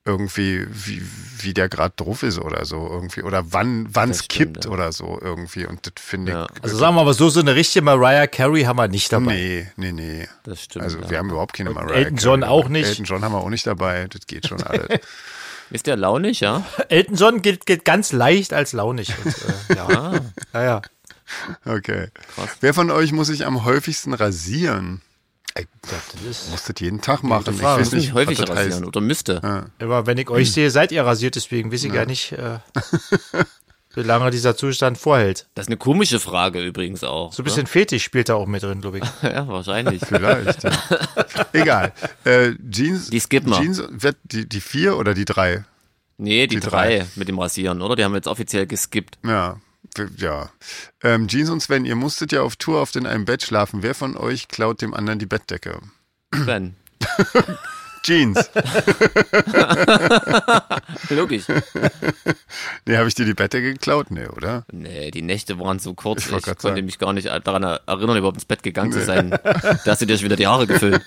irgendwie, wie, wie der gerade drauf ist oder so irgendwie. Oder wann wann's stimmt, kippt ja. oder so irgendwie. Und das finde Ja. ich. Also sagen wir mal so, so eine richtige Mariah Carey haben wir nicht dabei. Nee, nee, nee. Das stimmt. Also ja. wir haben überhaupt keine Mariah Elton John Carey. auch nicht. Elton John haben wir auch nicht dabei. Das geht schon alles. Ist der launig, ja? Elton John gilt, gilt ganz leicht als launig. Und, äh, ja. Ah, ja, ja. Okay. Krass. Wer von euch muss sich am häufigsten rasieren? Ich Das ist muss das jeden Tag machen. Ich Frage. weiß muss nicht nicht, häufig was das heißt. rasieren oder müsste. immer, wenn ich euch sehe, seid ihr rasiert, deswegen weiß ich ja, nicht, äh, wie lange dieser Zustand vorhält. Das ist eine komische Frage übrigens auch. So ein bisschen Fetisch spielt da auch mit drin, glaube ich. Ne? Ja, wahrscheinlich. Vielleicht, ja. Egal. Äh, Jeans, Die skippen wir. Jeans, wird die, die vier oder die drei? Nee, die, Die drei, drei. mit dem Rasieren, oder? Die haben wir jetzt offiziell geskippt. Ja, w- ja. Ähm, Jeans und Sven, ihr musstet ja auf Tour oft in einem Bett schlafen. Wer von euch klaut dem anderen die Bettdecke? Sven. Jeans. Logisch. Nee, habe ich dir die Bettdecke geklaut? Nee, oder? Nee, die Nächte waren so kurz, Ich ich, wollt grad konnte sagen. mich gar nicht daran erinnern, überhaupt ins Bett gegangen zu sein. Da hast du dir schon wieder die Haare gefüllt.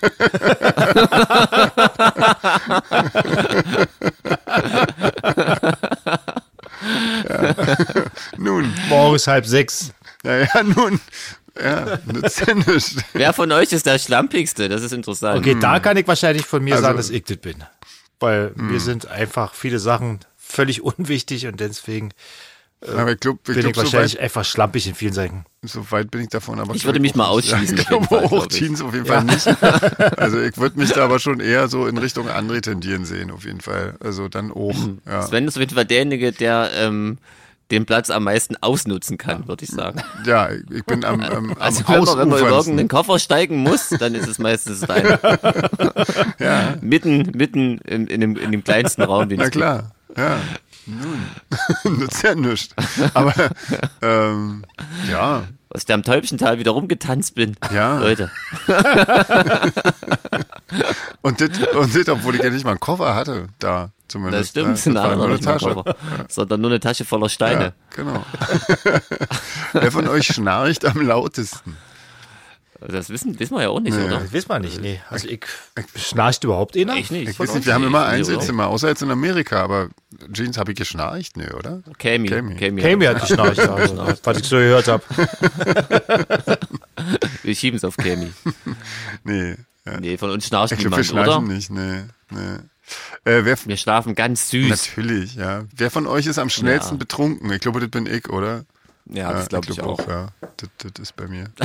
Nun, Morgens halb sechs. ja, ja, nun. Ja, nützt ja nichts. Wer von euch ist der Schlampigste? Das ist interessant. Okay, da kann ich wahrscheinlich von mir Also- sagen, dass ich das bin. Weil mir sind einfach viele Sachen völlig unwichtig und deswegen Aber ich glaube, bin ich ich glaub, so, wahrscheinlich weit, einfach schlampig in vielen Sachen. so weit bin ich davon. Aber Ich glaub würde mich auch mal nicht. ausschließen, Ja, ich auf jeden glaube Fall, auch glaub ich. Jeans auf jeden Fall nicht. Also ich würde mich da aber schon eher so in Richtung André tendieren sehen, auf jeden Fall. Also dann auch. Ja. Sven ist auf jeden Fall derjenige, der ähm, den Platz am meisten ausnutzen kann, würde ich sagen. Ja, ich bin am, am, am Also wenn man, wenn man über ausufernsten. irgendeinen Koffer steigen muss, dann ist es meistens dein. Ja, Mitten, mitten in, in, dem, in dem kleinsten Raum, den na es gibt. klar. Ja. Nun, nützt ja nichts. Aber ähm, ja, Als ich da am Täubchental wieder rumgetanzt bin. Ja. Leute. und das, und das, obwohl ich ja nicht mal einen Koffer hatte, da zumindest. Das stimmt, ne? Das na, war nur eine nicht mal Tasche. Koffer, sondern nur eine Tasche voller Steine. Ja, genau. Wer von euch schnarcht am lautesten? Das wissen, wissen wir ja auch nicht, Nee. oder? Das weiß man nicht, nee. Also ich schnarcht überhaupt einer. Ich nicht. Ich weiß nicht, wir haben immer Nee, ein oder? Sitzzimmer, außer jetzt in Amerika, aber Jeans habe ich geschnarcht, nee, oder? Kami. Kami. Kami. Kami hat geschnarcht, also, was ich so gehört habe. Wir schieben es auf Kami. Nee. Ja. Nee, von uns schnarcht Ich glaube, wir niemand, oder? schnarchen nicht, nee. nee. Äh, wer, Wir schlafen ganz süß. natürlich, ja. Wer von euch ist am schnellsten Ja. betrunken? Ich glaube, das bin ich, oder? Ja, das glaube ich, glaub auch. Ja, das, das ist bei mir.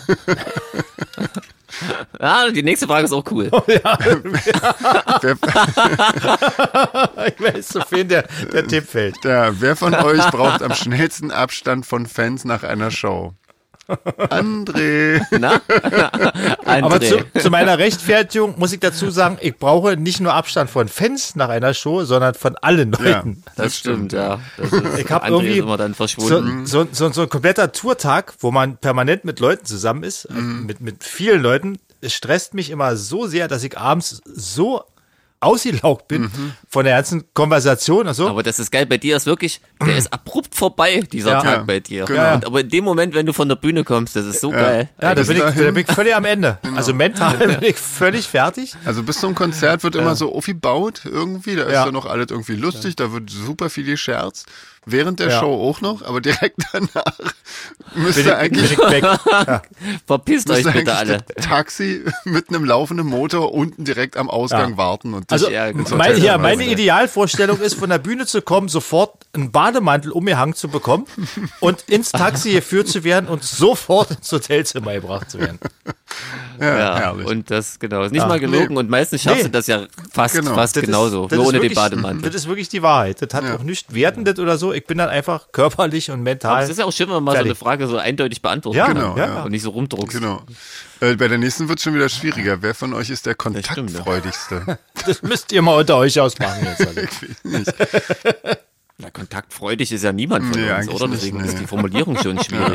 Ah, die nächste Frage ist auch cool. wer, Ich weiß, so viel der, der Tipp fällt. ja, wer von euch braucht am schnellsten Abstand von Fans nach einer Show? André. Na? Aber André. zu, zu meiner Rechtfertigung muss ich dazu sagen, ich brauche nicht nur Abstand von Fans nach einer Show, sondern von allen Ja, Leuten. Das stimmt, ja. Das ist, Ich hab André irgendwie ist immer dann So, verschwunden. so, so, so ein kompletter Tourtag, wo man permanent mit Leuten zusammen ist, äh, mit, mit vielen Leuten, es stresst mich immer so sehr, dass ich abends so ausgelaugt bin von der ganzen Konversation und so. Aber das ist geil, bei dir ist wirklich, der ist abrupt vorbei, dieser Ja. Tag Ja, bei dir. genau. Und, aber in dem Moment, wenn du von der Bühne kommst, das ist so geil. ja, da bis bin, ich, da dahin- bin ich völlig am Ende. Also mental bin ich völlig fertig. Also bis zum Konzert wird immer so aufgebaut irgendwie, da ist Ja. ja noch alles irgendwie lustig, da wird super viel gescherzt. Während der Ja. Show auch noch, aber direkt danach müsste Bin ich, bin eigentlich, ich weg. Verpisst euch müsste bitte alle. eigentlich das Taxi mit einem laufenden Motor unten direkt am Ausgang Ja. warten. Und Also dich Ja, ins gut. mein, Hotel ja, weisen. meine Idealvorstellung ist, von der Bühne zu kommen, sofort einen Bademantel umgehangen zu bekommen und ins Taxi geführt zu werden und sofort ins Hotelzimmer gebracht zu werden. Ja, Ja, herrlich. und das, genau, ist nicht mal gelogen nee. und meistens schaffst Nee. du das ja fast, Genau. fast Das ist- genauso, das nur ist ohne den wirklich- Bademantel. Das ist wirklich die Wahrheit. Das hat Ja. auch nichts Wertendes oder so. Ich bin dann einfach körperlich und mental. Aber es ist ja auch schön, wenn man mal so Fertig. eine Frage so eindeutig beantworten Ja, kann. Genau, ja. ja. Und nicht so rumdruckst. Genau. Äh, bei der nächsten wird es schon wieder schwieriger. Wer von euch ist der stimmt, ja. kontaktfreudigste? Das müsst ihr mal unter euch ausmachen jetzt. Also. Na, kontaktfreudig ist ja niemand von Nee, uns, eigentlich oder? nicht, Deswegen nee. ist die Formulierung schon schwierig.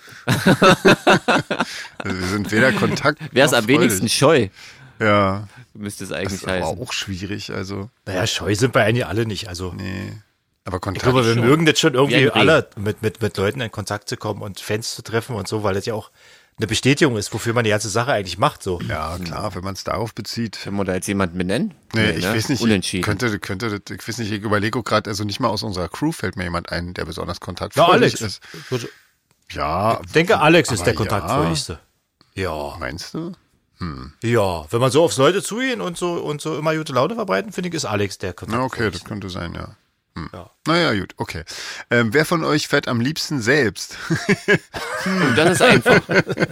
Also wir sind weder Kontakt Wer ist noch am wenigsten freudig. scheu? Ja, Müsste es das eigentlich ist aber heißen. auch schwierig. Also, Naja, scheu sind wir eigentlich alle nicht. Also nee. Aber Kontakt ich glaube, wir schon. mögen das schon Wie irgendwie ein Reh. alle, mit, mit, mit Leuten in Kontakt zu kommen und Fans zu treffen und so, weil das ja auch eine Bestätigung ist, wofür man die ganze Sache eigentlich macht. So. Ja, klar, wenn man es darauf bezieht. Können wir da jetzt jemanden benennen? Nee, ich ne? weiß nicht. Unentschieden. Könnte, könnte, ich weiß nicht, ich überlege gerade, also nicht mal aus unserer Crew fällt mir jemand ein, der besonders Na, kontaktfreudig Alex. ist. Ich Ja. denke, Alex ist aber der kontaktfreudigste. Ja. Ja. Meinst du? Ja, wenn man so aufs Leute zugehen und so und so immer gute Laune verbreiten, finde ich, ist Alex der Na, kontaktfreudigste. okay, das könnte sein, ja. Hm. Ja. Naja, gut, okay. Ähm, wer von euch fährt am liebsten selbst? Und das ist einfach.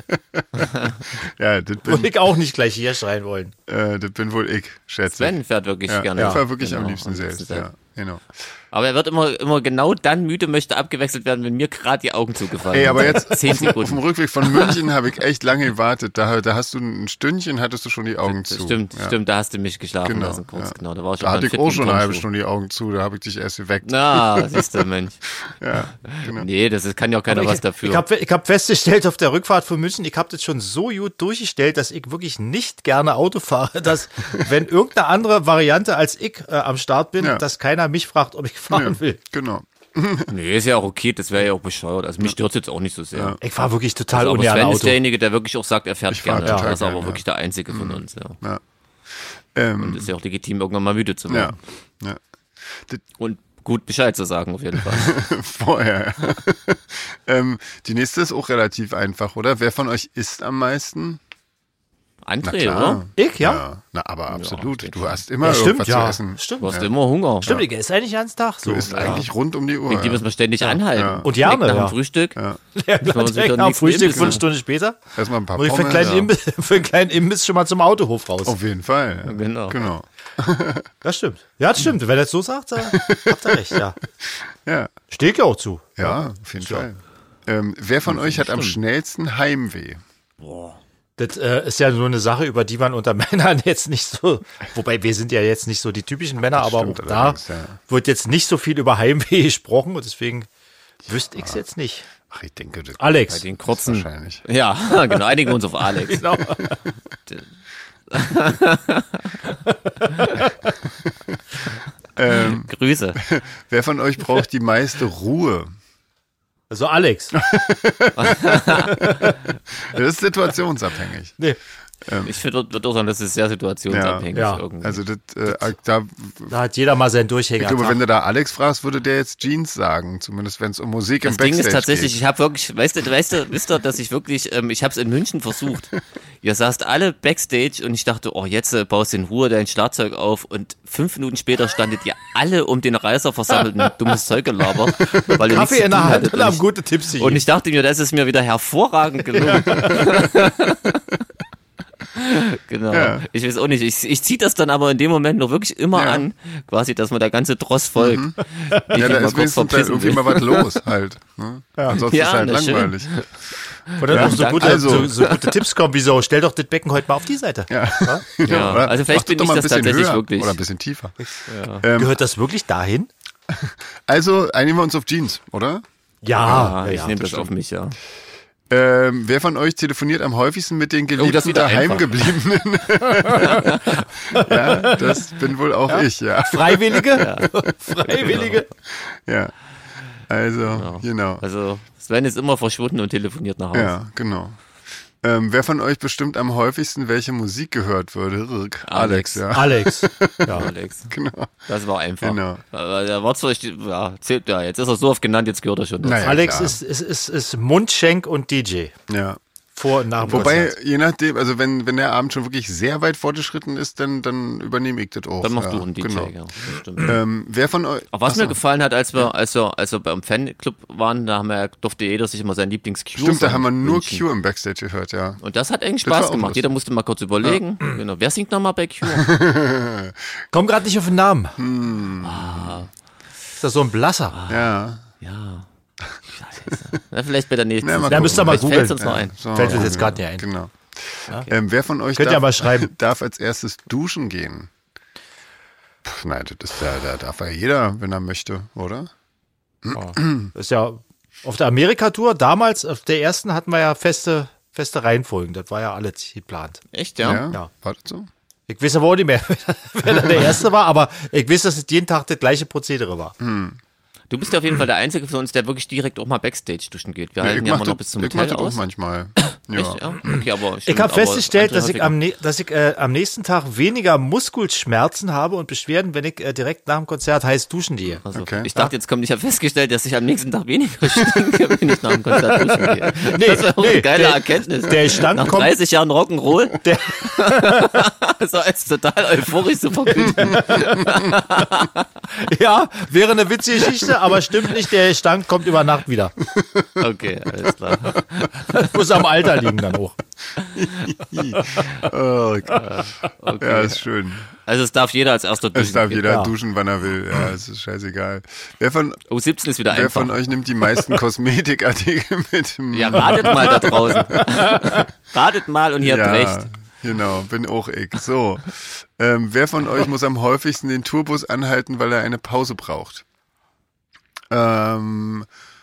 Ja, das Würde bin, ich auch nicht gleich hier schreien wollen. äh, das bin wohl ich, schätze ich. Sven fährt wirklich Ja, gerne. ich fahr wirklich Genau, am liebsten am selbst, liebsten ja, genau. Aber er wird immer, immer genau dann müde, möchte abgewechselt werden, wenn mir gerade die Augen zugefallen Ey, aber sind. jetzt Zehn auf, dem- auf dem Sekunden. Rückweg von München habe ich echt lange gewartet. Da, da hast du ein Stündchen, hattest du schon die Augen zu. Stimmt, ja. stimmt, da hast du mich geschlafen Genau, lassen kurz, ja. genau. Da war ich Da hatte beim ich auch fitten schon eine halbe Turnschuh. Stunde die Augen zu, da habe ich dich erst geweckt. Na, siehst du, Mensch. Ja, genau. Nee, das ist, kann ja auch keiner Aber was ich dafür. ich habe ich hab festgestellt auf der Rückfahrt von München, ich habe das schon so gut durchgestellt, dass ich wirklich nicht gerne Auto fahre, dass wenn irgendeine andere Variante als ich äh, am Start bin, Ja. dass keiner mich fragt, ob ich fahren Ja, will. genau. Nee, ist ja auch okay, das wäre ja auch bescheuert. Also mich stört jetzt auch nicht so sehr. Ich fahre wirklich total Also, aber ungern Sven ist Auto. derjenige, der wirklich auch sagt, er fährt Ich fahr gerne. total Das ist aber gern, wirklich der einzige von uns, ja. Ja. Ähm, Und ist ja auch legitim, irgendwann mal müde zu ja. werden. Ja. Und gut Bescheid zu sagen, auf jeden Fall. Vorher. ähm, die nächste ist auch relativ einfach, oder? Wer von euch isst am meisten? Na André, klar. oder? Ich, ja? Na, aber absolut. ich Du hast immer Ja, stimmt, irgendwas ja. zu essen. Stimmt. Du hast immer Hunger. Stimmt, ich esse eigentlich ganz Tag so. Du isst ja. eigentlich rund um die Uhr. Wegen die müssen wir ständig anhalten. Ja. Und gerne, Direkt nach ja. dem Frühstück. Ja. Ja, Müssen wir uns wieder direkt nach dem nächsten Frühstück, Imbiss fünf machen. Stunden später, Erstmal ein paar muss ich für einen, Pommes. kleinen Imbiss, für einen kleinen Imbiss schon mal zum Autohof raus. Auf jeden Fall. Ja. Genau. Genau. Das stimmt. Ja, das stimmt. Wenn er das so sagt, dann habt ihr recht, ja. Ja, Stehe ich ja auch zu. ja, auf jeden Fall. Ähm, wer von euch hat am schnellsten Heimweh? Das äh, ist ja nur eine Sache, über die man unter Männern jetzt nicht so, wobei wir sind ja jetzt nicht so die typischen Männer, aber stimmt auch da allerdings, ja. wird jetzt nicht so viel über Heimweh gesprochen und deswegen wüsste ich es jetzt nicht. Ach, ich denke, das Alex. Bei den kurzen. wahrscheinlich. Ja, genau. Einigen wir uns auf Alex. Genau. Ähm, Grüße. wer von euch braucht die meiste Ruhe? Also Alex. Das ist situationsabhängig. Nee. Ich finde, würde auch sagen, das ist sehr situationsabhängig. Ja. Ja. Irgendwie. Also das, äh, da, Da hat jeder mal seinen Durchhänger. ich glaube, wenn du da Alex fragst, würde der jetzt Jeans sagen, zumindest wenn es um Musik im Das Ding Backstage ist tatsächlich, geht. ich habe wirklich, weißt du, weißt du, wisst ihr, dass ich wirklich, ähm, ich habe es in München versucht. Ihr saßt alle Backstage und ich dachte, oh, jetzt äh, baust du in Ruhe dein Schlagzeug auf und fünf Minuten später standet ihr alle um den Reißer versammelt und dummes Zeug gelabert, weil ihr nichts Kaffee zu in der tun Hand hattet. und Und haben ich, gute Tipps und ich dachte mir, das ist mir wieder hervorragend gelungen. Genau. Ja. Ich weiß auch nicht. Ich, ich ziehe das dann aber in dem Moment noch wirklich immer Ja. an, quasi, dass mir der ganze Dross folgt. Mhm. Ich Ja, da mich mal ist kurz wenigstens da verpissen irgendwie will. mal was los halt. Ne? Ansonsten Ja, ist halt das stimmt. langweilig. Und dann Ja, auch so danke. gute, Also. so, so gute Tipps kommen, wie so, stell doch das Becken heute mal auf die Seite. Ja. Ja, oder? also vielleicht Mach bin doch ich mal ein das bisschen tatsächlich höher wirklich. Oder ein bisschen tiefer. Ähm, Gehört das wirklich dahin? also einigen wir uns auf Jeans, oder? Ja, Ah, ich nehme das auf mich, ja. Ähm, wer von euch telefoniert am häufigsten mit den Oh, das Geliebten wieder daheim einfach. gebliebenen? Ja, das bin wohl auch ich, ja. Freiwillige? Freiwillige? Ja. Also, genau. Also Sven ist immer verschwunden und telefoniert nach Hause. Ja, genau. Ähm, wer von euch bestimmt am häufigsten welche Musik gehört würde? Alex, Alex. ja. Alex. Ja. Alex. Genau. Das war einfach. Genau. Aber Der Wortzeug, ja, zählt ja, jetzt ist er so oft genannt, jetzt gehört er schon dazu. Naja, Alex klar. ist, ist, ist, ist Mundschenk und D J. Ja. Vor und nach dem Wobei, Konzert. je nachdem, also wenn, wenn der Abend schon wirklich sehr weit fortgeschritten ist, dann, dann übernehme ich das auch. Dann machst ja, du einen D J, Genau. ja, das stimmt. Ähm, wer von euch. Aber was Achso, mir gefallen hat, als wir, als wir, als wir beim Fanclub waren, da haben wir, durfte jeder sich immer sein Lieblings-Q Stimmt, da haben wir nur wünschen. Q im Backstage gehört, ja. Und das hat eigentlich Das war Spaß auch gemacht. lustig. Jeder musste mal kurz überlegen. Genau. Wer singt nochmal bei Q? Komm gerade nicht auf den Namen. Hm. Ist das so ein Blasser? Ja. Ja. Scheiße. Na, vielleicht bei der nächsten. Ja, mal Ja, müsst ihr mal Vielleicht fällt's googeln. uns noch ein. So, Fällt uns jetzt ja, gerade nicht ein. Genau. Ähm, wer von euch Könnt ihr darf, mal schreiben. darf als erstes duschen gehen? Puh, nein, das ist ja, da darf ja jeder, wenn er möchte, oder? Das ist ja auf der Amerika-Tour, damals, auf der ersten hatten wir ja feste, feste Reihenfolgen. Das war ja alles geplant. Echt, ja? Ja. War das so? Ich weiß aber auch nicht mehr, wer da der Erste war, aber ich weiß, dass es jeden Tag das gleiche Prozedere war. Du bist ja auf jeden Fall der Einzige von uns, der wirklich direkt auch mal Backstage duschen geht. Wir Ja, halten ich ja mach immer noch das, bis zum ich mach Hotel das auch aus. manchmal. Ja. Echt? Ja? Okay, aber Ich habe festgestellt, dass ich, am, dass ich äh, am nächsten Tag weniger Muskelschmerzen habe und Beschwerden, wenn ich äh, direkt nach dem Konzert heiß duschen gehe. Also, Okay. ich dachte, jetzt kommt, ich habe festgestellt, dass ich am nächsten Tag weniger stinke, wenn ich nach dem Konzert duschen gehe. Nee, das ist auch nee, eine geile der, Erkenntnis. Der Stank nach kommt, dreißig Jahren Rock'n'Roll, der, so als total euphorisch zu verkünden. ja, wäre eine witzige Geschichte, aber stimmt nicht, der Stank kommt über Nacht wieder. Okay, alles klar. Das muss am Alter liegen dann auch. Oh, okay. Ja, ist schön. Also es darf jeder als erster duschen. Es darf gehen. jeder Ja. duschen, wann er will. Ja, es ist scheißegal. Wer von, Oh, siebzehn ist wieder wer einfach. von euch nimmt die meisten Kosmetikartikel mit dem... Ja, ratet mal da draußen. Ratet mal und ihr habt recht. Genau, bin auch ich. So, ähm, wer von euch muss am häufigsten den Tourbus anhalten, weil er eine Pause braucht? Ähm,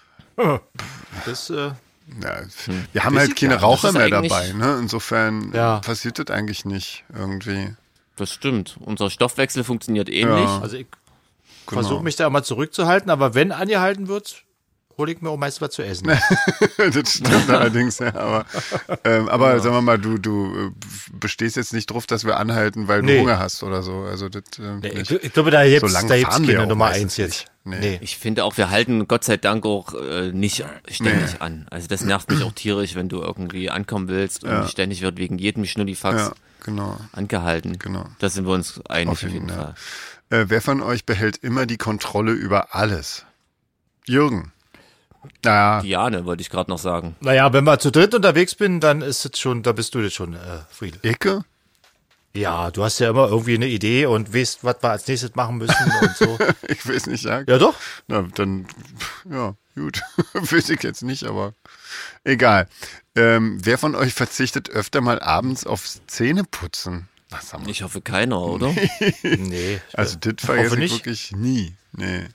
Das, äh, ja, wir haben halt keine ja, Raucher das ist mehr eigentlich- dabei, ne? Insofern Ja. passiert das eigentlich nicht irgendwie. Das stimmt. Unser Stoffwechsel funktioniert ähnlich. Ja. also ich Genau. versuche mich da immer zurückzuhalten, aber wenn angehalten wird, hole ich mir auch meist was zu essen. Das stimmt allerdings, ja. Aber, ähm, aber sagen wir mal, du, du äh, bestehst jetzt nicht drauf, dass wir anhalten, weil du Nee. Hunger hast oder so. Also das, äh, Nee, nicht. ich, ich glaube, da gibt's, So lang da gibt's fahren wir keine auch Nummer meistens eins jetzt. nicht. Nee. Nee. Ich finde auch, wir halten Gott sei Dank auch äh, nicht ständig an. Also das nervt mich auch tierisch, wenn du irgendwie ankommen willst und Ja. ständig wird wegen jedem Schnullifax Ja, genau. angehalten. Genau. Da sind wir uns einig Auf auf jeden, jeden Fall. Äh, wer von euch behält immer die Kontrolle über alles? Jürgen. Naja, Diane wollte ich gerade noch sagen. Naja, wenn wir zu dritt unterwegs bin, dann ist es schon, da bist du das schon, äh, Friedel. Icke? Ja, du hast ja immer irgendwie eine Idee und weißt, was wir als nächstes machen müssen und so. Ich weiß nicht, ja. Ja, doch. Na, dann, ja, gut. Weiß ich jetzt nicht, aber egal. Ähm, wer von euch verzichtet öfter mal abends aufs Zähneputzen? Ach, sag mal. Ich hoffe keiner, oder? Nee. Also, das hoffe vergesse ich nicht. wirklich nie. Nee.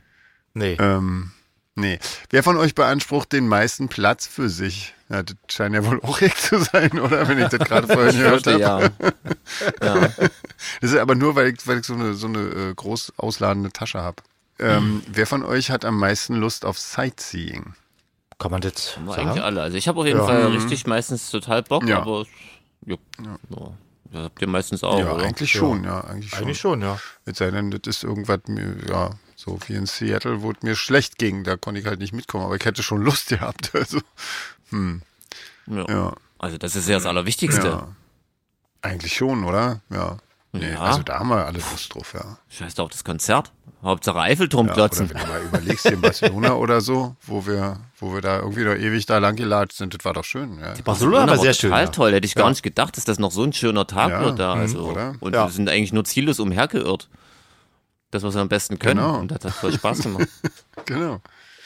Nee. Ähm, nee. Wer von euch beansprucht den meisten Platz für sich? Ja, das scheint ja wohl auch ich zu sein, oder? Wenn ich das gerade vorhin gehört Hörte, habe. ja. ja. Das ist aber nur, weil ich, weil ich so eine, so eine äh, groß ausladende Tasche habe. Ähm, wer von euch hat am meisten Lust auf Sightseeing? Kann man das Haben wir sagen? eigentlich alle. Also ich habe auf jeden Ja. Fall richtig meistens total Bock, Ja. aber ja, ja. Ja, habt ihr meistens auch, ja, oder? eigentlich schon, ja, eigentlich schon. Eigentlich schon, ja. Es sei denn, das ist irgendwas, mir, ja, so wie in Seattle, wo es mir schlecht ging, da konnte ich halt nicht mitkommen, aber ich hätte schon Lust gehabt, also, hm, Ja. ja, Also das ist ja das Allerwichtigste. ja. Eigentlich schon, oder? Ja. Nee, Ja. also da haben wir alle Lust drauf, ja. Scheiß auf das Konzert. Hauptsache Eiffelturm Ja, klotzen. oder wenn du mal überlegst, hier in Barcelona oder so, wo wir, wo wir da irgendwie da ewig da lang gelatscht sind, das war doch schön, ja. Barcelona war sehr schön. Total Ja. toll. Hätte ich gar Ja. nicht gedacht, dass das noch so ein schöner Tag Ja, wird da. mhm, Also, oder? und Ja. wir sind eigentlich nur ziellos umhergeirrt. Das, was wir am besten können. Genau. Und das hat voll Spaß gemacht. Genau.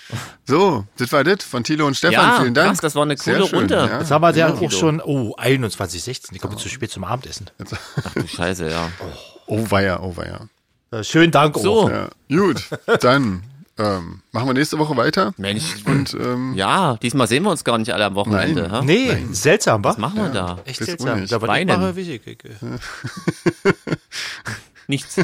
So, das war das von Thilo und Stefan. Ja, Vielen Dank. krass, das war eine Sehr coole schön, Runde. Ja. Jetzt haben wir ja Genau. auch schon, oh, einundzwanzig Uhr sechzehn. Ich komme zu spät zum Abendessen. Ach du Scheiße, ja. Oh weia, oh weia. Äh, Schönen Dank. So. auch. Ja. Gut, dann ähm, machen wir nächste Woche weiter. Mensch. Und ähm, Ja, diesmal sehen wir uns gar nicht alle am Wochenende. Nein. Ha? Nee, seltsam, wa? Was machen wir da? Echt bist seltsam. unig. Da war Weinen. ich mache, wie ich, ich, äh, Nichts.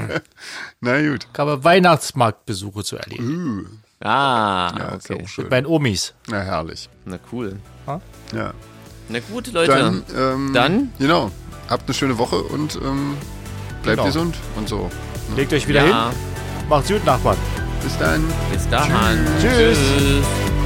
na gut. ich habe Weihnachtsmarktbesuche zu erleben. Ah, Ja, ist okay. auch schön. Mit meinen Omis. Na herrlich. Na cool. Ja. Na gut, Leute. Dann, ähm, Dann? Genau. Habt eine schöne Woche und ähm, bleibt Genau. gesund und so. Legt euch wieder ja, hin. Macht's gut, Nachbarn. Bis dann. bis dahin. Tschüss. Tschüss.